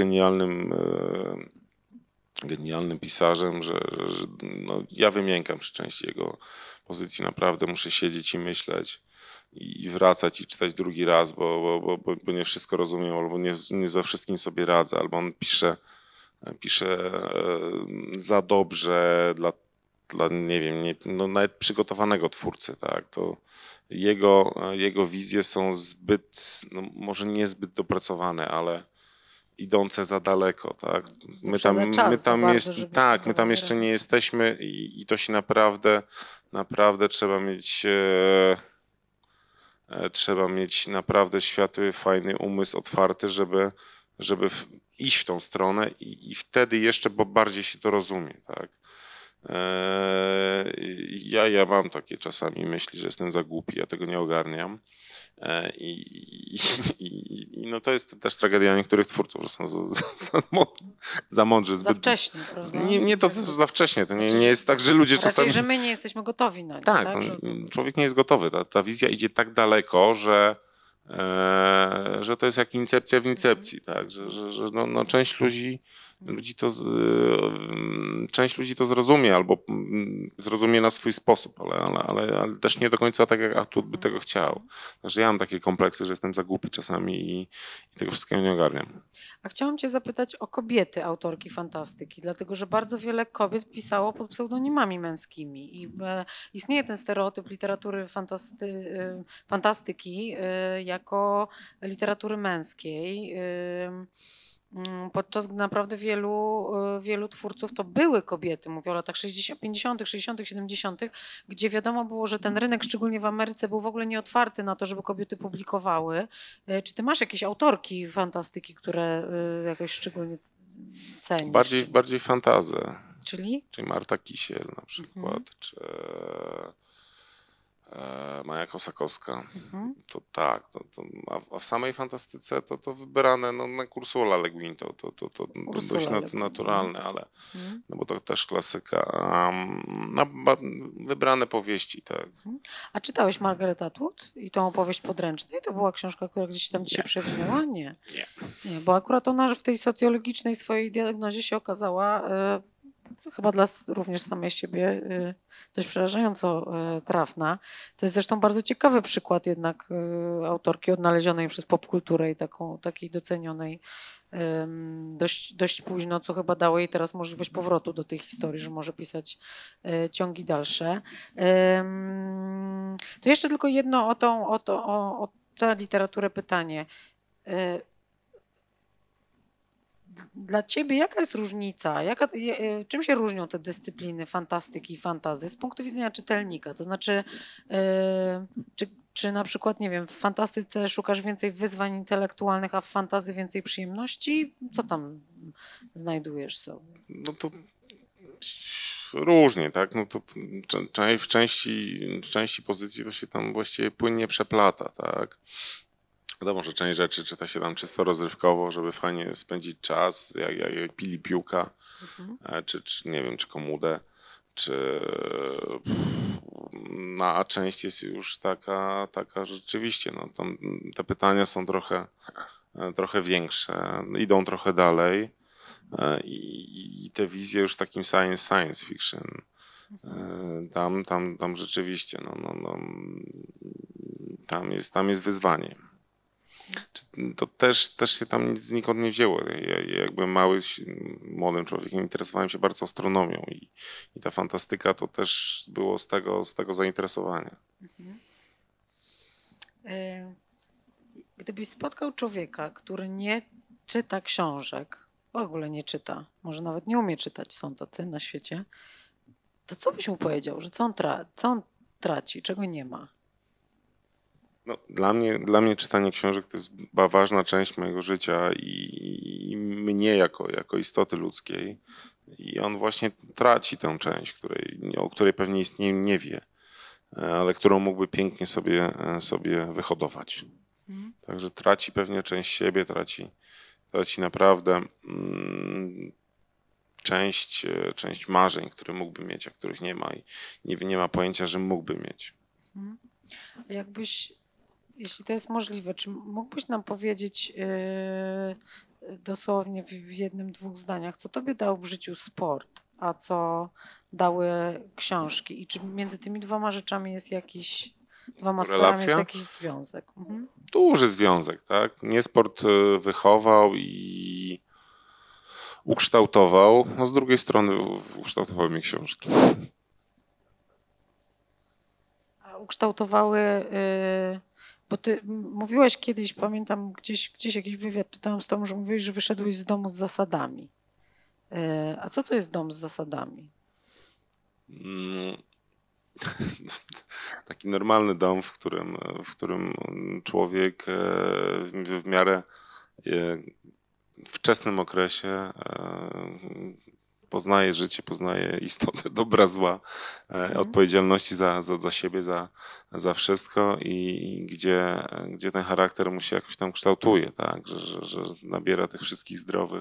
genialnym pisarzem, że no, ja wymiękam przy części jego pozycji. Naprawdę muszę siedzieć i myśleć i wracać i czytać drugi raz, bo nie wszystko rozumiem, albo nie ze wszystkim sobie radzę, albo on pisze za dobrze dla nie wiem, no nawet przygotowanego twórcy, tak, to jego wizje są zbyt, no może niezbyt dopracowane, ale idące za daleko, tak. My tam jeszcze nie jesteśmy i to się naprawdę trzeba mieć naprawdę światły, fajny umysł otwarty, żeby iść w tą stronę i wtedy jeszcze, bo bardziej się to rozumie, tak. Ja mam takie czasami myśli, że jestem za głupi, ja tego nie ogarniam. No to jest też tragedia niektórych twórców, że są za mądrzy. Za wcześnie, prawda? Nie to za wcześnie, to nie jest tak, że ludzie raczej, czasami... że my nie jesteśmy gotowi na nie. Tak, człowiek nie jest gotowy. Ta wizja idzie tak daleko, że to jest jak incepcja w incepcji, tak? Że część ludzi to zrozumie albo zrozumie na swój sposób, ale też nie do końca tak, jak Atwood by tego chciał. Także ja mam takie kompleksy, że jestem za głupi czasami i tego wszystkiego nie ogarniam. A chciałam cię zapytać o kobiety, autorki fantastyki, dlatego że bardzo wiele kobiet pisało pod pseudonimami męskimi i istnieje ten stereotyp literatury fantastyki jako literatury męskiej. Podczas gdy naprawdę wielu twórców to były kobiety, mówię o latach 50., 60., 70., gdzie wiadomo było, że ten rynek, szczególnie w Ameryce, był w ogóle nieotwarty na to, żeby kobiety publikowały. Czy ty masz jakieś autorki fantastyki, które jakoś szczególnie cenisz? Bardziej fantazę. Czyli Marta Kisiel na przykład, czy Maja Kosakowska. To tak. A w samej fantastyce to wybrane na Ursula Le Guin, to dość naturalne, ale no bo to też klasyka. Wybrane powieści, tak. A czytałeś Margaret Atwood i tą opowieść podręcznej? To była książka, która gdzieś tam ci się przewinęła? Nie, bo akurat ona w tej socjologicznej swojej diagnozie się okazała chyba dla również samej siebie dość przerażająco trafna. To jest zresztą bardzo ciekawy przykład jednak autorki odnalezionej przez popkulturę i takiej docenionej dość późno, co chyba dało jej teraz możliwość powrotu do tej historii, że może pisać ciągi dalsze. To jeszcze tylko jedno o tę literaturę pytanie. Dla ciebie jaka jest różnica? Czym się różnią te dyscypliny fantastyki i fantasy z punktu widzenia czytelnika? To znaczy, czy na przykład, nie wiem, w fantastyce szukasz więcej wyzwań intelektualnych, a w fantasy więcej przyjemności? Co tam znajdujesz sobie? No to różnie, tak? No to w części pozycji to się tam właściwie płynnie przeplata, tak? Wiadomo, że część rzeczy czyta się tam czysto rozrywkowo, żeby fajnie spędzić czas, jak Pili Piłka, czy nie wiem, czy Komudę, a część jest już taka rzeczywiście, no tam te pytania są trochę większe, idą trochę dalej i te wizje już w takim science fiction, tam rzeczywiście, tam jest wyzwanie. To też się tam znikąd nie wzięło. Ja jakby młodym człowiekiem interesowałem się bardzo astronomią i ta fantastyka to też było z tego zainteresowania. Gdybyś spotkał człowieka, który nie czyta książek, w ogóle nie czyta, może nawet nie umie czytać, są tacy na świecie, to co byś mu powiedział, że co on traci, czego nie ma? No, dla mnie czytanie książek to jest ważna część mojego życia i mnie jako istoty ludzkiej. I on właśnie traci tę część, o której pewnie istnieje nie wie, ale którą mógłby pięknie sobie wyhodować. Także traci pewnie część siebie, traci naprawdę część marzeń, które mógłby mieć, a których nie ma i nie ma pojęcia, że mógłby mieć. Jeśli to jest możliwe, czy mógłbyś nam powiedzieć dosłownie w jednym, dwóch zdaniach, co tobie dał w życiu sport, a co dały książki i czy między tymi dwoma rzeczami jest dwoma sferami jest jakiś związek? Duży związek, tak? Mnie sport wychował i ukształtował, no z drugiej strony ukształtowały mnie książki. A ukształtowały... Bo ty mówiłeś kiedyś, pamiętam gdzieś jakiś wywiad czytałam z tobą, że mówiłeś, że wyszedłeś z domu z zasadami. A co to jest dom z zasadami? Taki normalny dom, w którym człowiek w miarę wczesnym okresie poznaje życie, poznaje istotę dobra, zła, odpowiedzialności za siebie, za wszystko i gdzie ten charakter mu się jakoś tam kształtuje, tak? Że nabiera tych wszystkich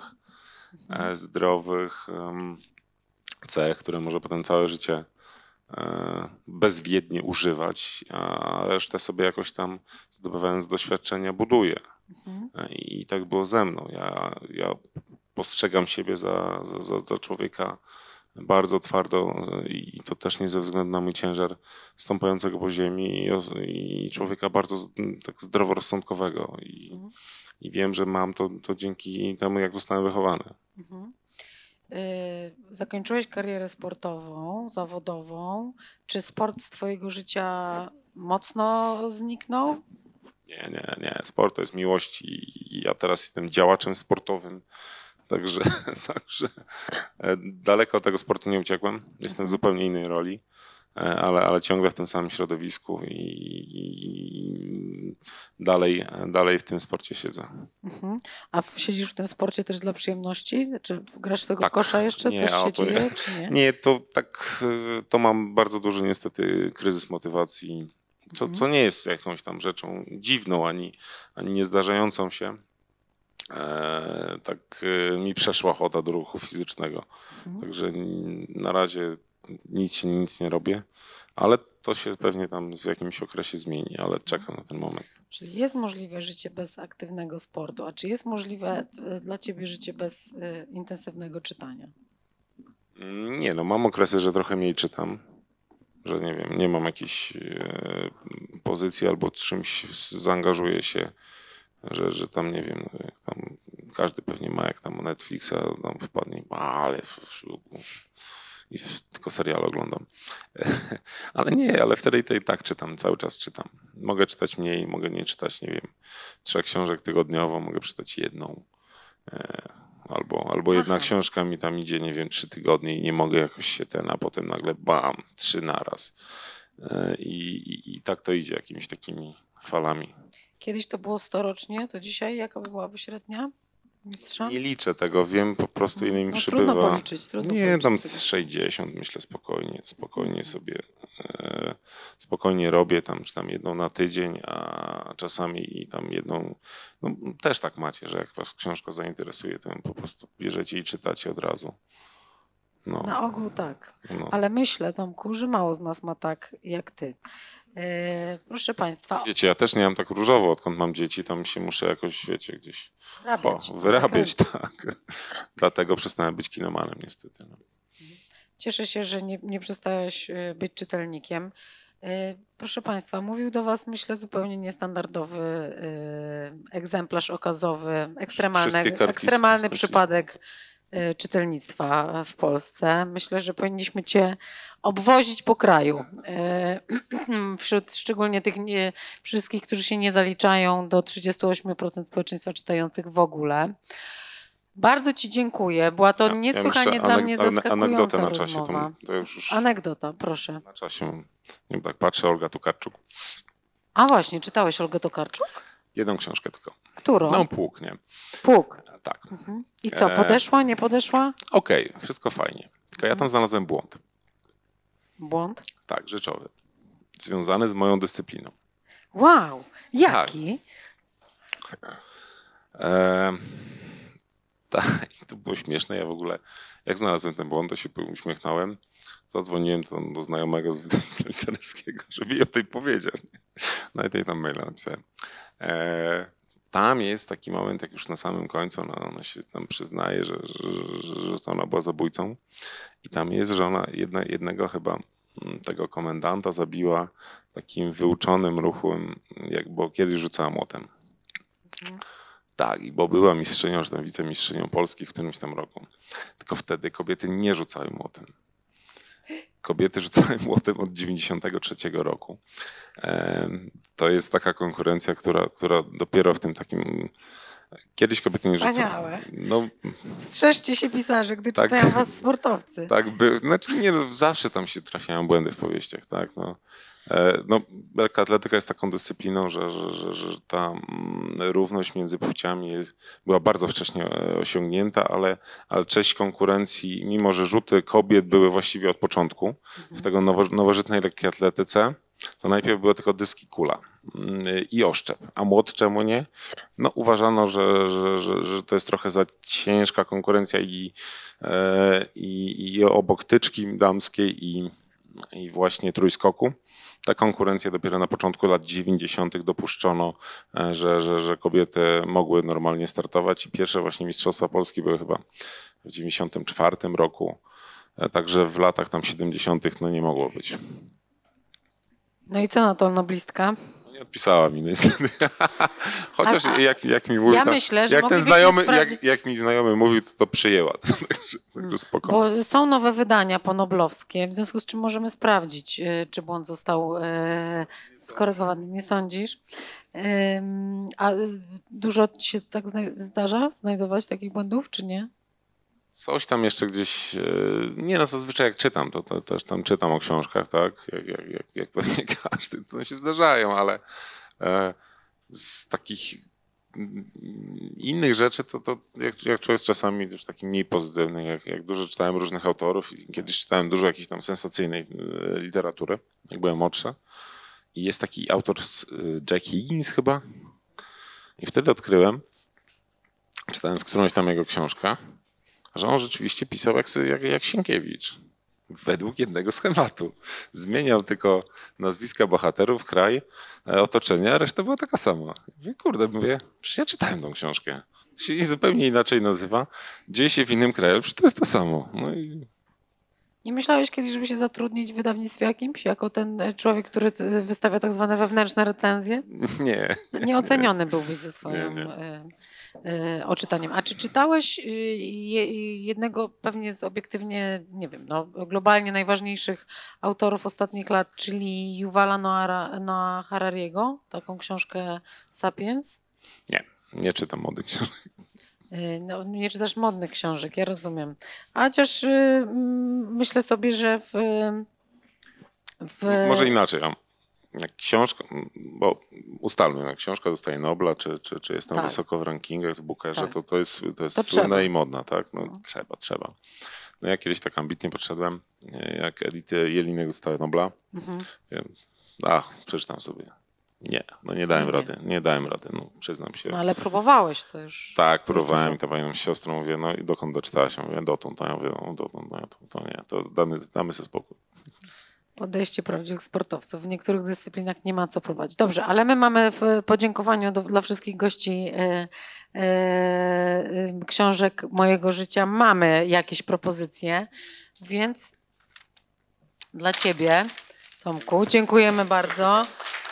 zdrowych cech, które może potem całe życie bezwiednie używać, a resztę sobie jakoś tam zdobywając doświadczenia buduje. I tak było ze mną. Ja postrzegam siebie za człowieka bardzo twardo i to też nie ze względu na mój ciężar stąpającego po ziemi i człowieka bardzo tak zdroworozsądkowego i wiem, że mam to dzięki temu, jak zostałem wychowany. Zakończyłeś karierę sportową, zawodową. Czy sport z twojego życia mocno zniknął? Nie. Sport to jest miłość i ja teraz jestem działaczem sportowym. Także daleko od tego sportu nie uciekłem. Jestem w zupełnie innej roli, ale ciągle w tym samym środowisku i dalej w tym sporcie siedzę. A siedzisz w tym sporcie też dla przyjemności? Czy grasz w tego kosza jeszcze? Nie, Coś się dzieje, czy nie? Nie, to mam bardzo duży niestety kryzys motywacji, co nie jest jakąś tam rzeczą dziwną, ani niezdarzającą się. Tak mi przeszła ochota do ruchu fizycznego. Także na razie nic nie robię, ale to się pewnie tam w jakimś okresie zmieni, ale czekam na ten moment. Czyli jest możliwe życie bez aktywnego sportu, a czy jest możliwe dla ciebie życie bez intensywnego czytania? Nie, mam okresy, że trochę mniej czytam, że nie wiem, nie mam jakiejś pozycji albo czymś zaangażuję się, że tam nie wiem, jak tam każdy pewnie ma, jak tam Netflixa tam wpadnie, ale i tylko serial oglądam. ale wtedy i tak czytam, cały czas czytam. Mogę czytać mniej, mogę nie czytać, nie wiem, 3 książek tygodniowo, mogę czytać 1. Albo jedna książka mi tam idzie, nie wiem, 3 tygodnie i nie mogę jakoś się a potem nagle 3 naraz. I tak to idzie jakimiś takimi falami. Kiedyś to było 100 rocznie, to dzisiaj jaka byłaby średnia mistrza? Nie liczę tego, wiem po prostu ile mi przybywa. Trudno policzyć. Nie, tam z 60 myślę spokojnie robię tam, czy tam 1 na tydzień, a czasami i tam 1, też tak macie, że jak was książka zainteresuje, to ją po prostu bierzecie i czytacie od razu. Na ogół tak, ale myślę, Tomku, że mało z nas ma tak jak ty. Proszę Państwa. Wiecie, ja też nie mam tak różowo, odkąd mam dzieci, tam się muszę jakoś, wiecie, gdzieś wyrabiać, tak. Dlatego przestałem być kinomanem niestety. Cieszę się, że nie przestałeś być czytelnikiem. Proszę Państwa, mówił do Was, myślę, zupełnie niestandardowy egzemplarz okazowy, ekstremalny przypadek czytelnictwa w Polsce. Myślę, że powinniśmy Cię obwozić po kraju. Wśród szczególnie tych wszystkich, którzy się nie zaliczają do 38% społeczeństwa czytających w ogóle. Bardzo Ci dziękuję. Była to niesłychanie dla mnie zaskakująca rozmowa. Anegdota, proszę. Na czasie, nie tak patrzę, Olga Tokarczuk. A właśnie, czytałeś Olgę Tokarczuk? 1 książkę tylko. Którą? Pług, nie? Pług. Tak. I co, podeszła, nie podeszła? Okej, wszystko fajnie. Tylko ja tam znalazłem błąd. Błąd? Tak, rzeczowy. Związany z moją dyscypliną. Wow, jaki? Tak, to było śmieszne. Ja w ogóle, jak znalazłem ten błąd, to się uśmiechnąłem. Zadzwoniłem do znajomego z wydawnictwa literackiego, żeby mi o tej powiedział. Nawet jej tam maila napisałem. Tam jest taki moment, jak już na samym końcu ona się tam przyznaje, że to ona była zabójcą. I tam jest, że ona jednego chyba tego komendanta zabiła takim wyuczonym ruchem, bo kiedyś rzucała młotem. Tak, bo była mistrzynią, czy tam wicemistrzynią Polski w którymś tam roku. Tylko wtedy kobiety nie rzucały młotem. Kobiety rzucały młotem od 93 roku. To jest taka konkurencja, która dopiero w tym takim Kiedyś kobiety nie rzucały. Wspaniałe. No, Strzeżcie się pisarze, gdy Tak. czytają was sportowcy. tak, znaczy nie, no, zawsze tam się trafiają błędy w powieściach, tak, no. Lekka atletyka jest taką dyscypliną, że ta równość między płciami była bardzo wcześnie osiągnięta, ale część konkurencji, mimo że rzuty kobiet były właściwie od początku, w tego nowożytnej lekkiej atletyce, to najpierw były tylko dyski kula i oszczep, a młot czemu nie? No uważano, że to jest trochę za ciężka konkurencja i obok tyczki damskiej i właśnie trójskoku. Ta konkurencja dopiero na początku lat 90. dopuszczono, że kobiety mogły normalnie startować i pierwsze właśnie Mistrzostwa Polski były chyba w 94 roku, także w latach tam 70. no nie mogło być. No i co na to noblistka? Nie odpisała mi niestety. Chociaż jak mi mówi, ja myślę, że jak ten moglibyśmy znajomy, jak mi znajomy mówił, to przyjęła. Także spoko. Bo są nowe wydania ponoblowskie, w związku z czym możemy sprawdzić, czy błąd został skorygowany. Nie sądzisz? A dużo ci się tak zdarza znajdować takich błędów, czy nie? Coś tam jeszcze gdzieś, nie no zazwyczaj jak czytam, to też tam czytam o książkach, tak, jak pewnie każdy, to się zdarzają, ale z takich innych rzeczy, to jak człowiek czasami już taki mniej pozytywny, jak dużo czytałem różnych autorów i kiedyś czytałem dużo jakiejś tam sensacyjnej literatury, jak byłem młodszy i jest taki autor Jack Higgins chyba i wtedy odkryłem, czytając którąś tam jego książkę, że on rzeczywiście pisał jak Sienkiewicz. Według jednego schematu. Zmieniał tylko nazwiska bohaterów, kraj, otoczenie, a reszta była taka sama. I kurde, mówię, przecież ja czytałem tą książkę. To się zupełnie inaczej nazywa. Dzieje się w innym kraju, przecież to jest to samo. No i... Nie myślałeś kiedyś, żeby się zatrudnić w wydawnictwie jakimś, jako ten człowiek, który wystawia tak zwane wewnętrzne recenzje? Nie. Nieoceniony byłbyś ze swoim oczytaniem. A czy czytałeś jednego pewnie z obiektywnie, nie wiem, no, globalnie najważniejszych autorów ostatnich lat, czyli Yuvala Noah Harariego, taką książkę Sapiens? Nie czytam młodych książek. No, nie czytasz modnych książek, ja rozumiem. A chociaż myślę sobie, że Może inaczej. Jak książka, bo ustalmy, jak książka dostaje Nobla, czy jest tam tak. wysoko w rankingach, w Bookerze, tak. to jest słynna i modna, tak? No, trzeba. No ja kiedyś tak ambitnie podszedłem, jak Edith Jelinek dostała Nobla. Wiem, przeczytam sobie. Nie dałem rady, no przyznam się. No ale próbowałeś to już. Tak, próbowałem i to panią siostrą mówię, no i dokąd doczytałaś? Ja mówię, dotąd. A ja mówię, dotąd, to nie, to damy sobie spokój. Podejście prawdziwych sportowców. W niektórych dyscyplinach nie ma co próbować. Dobrze, ale my mamy w podziękowaniu dla wszystkich gości książek mojego życia mamy jakieś propozycje, więc dla ciebie, Tomku, dziękujemy bardzo.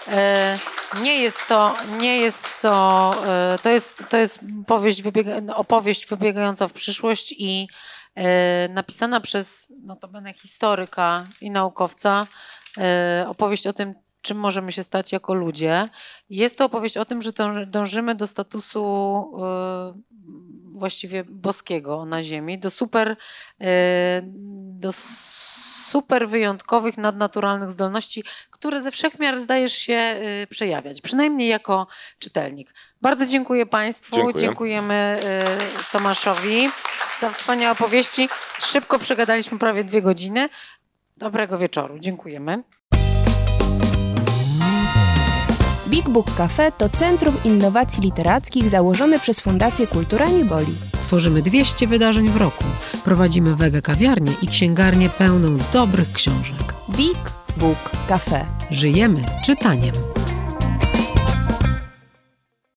To jest opowieść wybiegająca w przyszłość i napisana przez notabene historyka i naukowca, opowieść o tym, czym możemy się stać jako ludzie. Jest to opowieść o tym, że dążymy do statusu właściwie boskiego na ziemi, do super wyjątkowych, nadnaturalnych zdolności, które ze wszechmiar zdajesz się przejawiać, przynajmniej jako czytelnik. Bardzo dziękuję Państwu, dziękujemy Tomaszowi za wspaniałe opowieści. Szybko przegadaliśmy prawie 2 godziny. Dobrego wieczoru, dziękujemy. Big Book Cafe to Centrum Innowacji Literackich założone przez Fundację Kultura Nieboli. Tworzymy 200 wydarzeń w roku. Prowadzimy wege kawiarnię i księgarnię pełną dobrych książek. Big Book Cafe. Żyjemy czytaniem.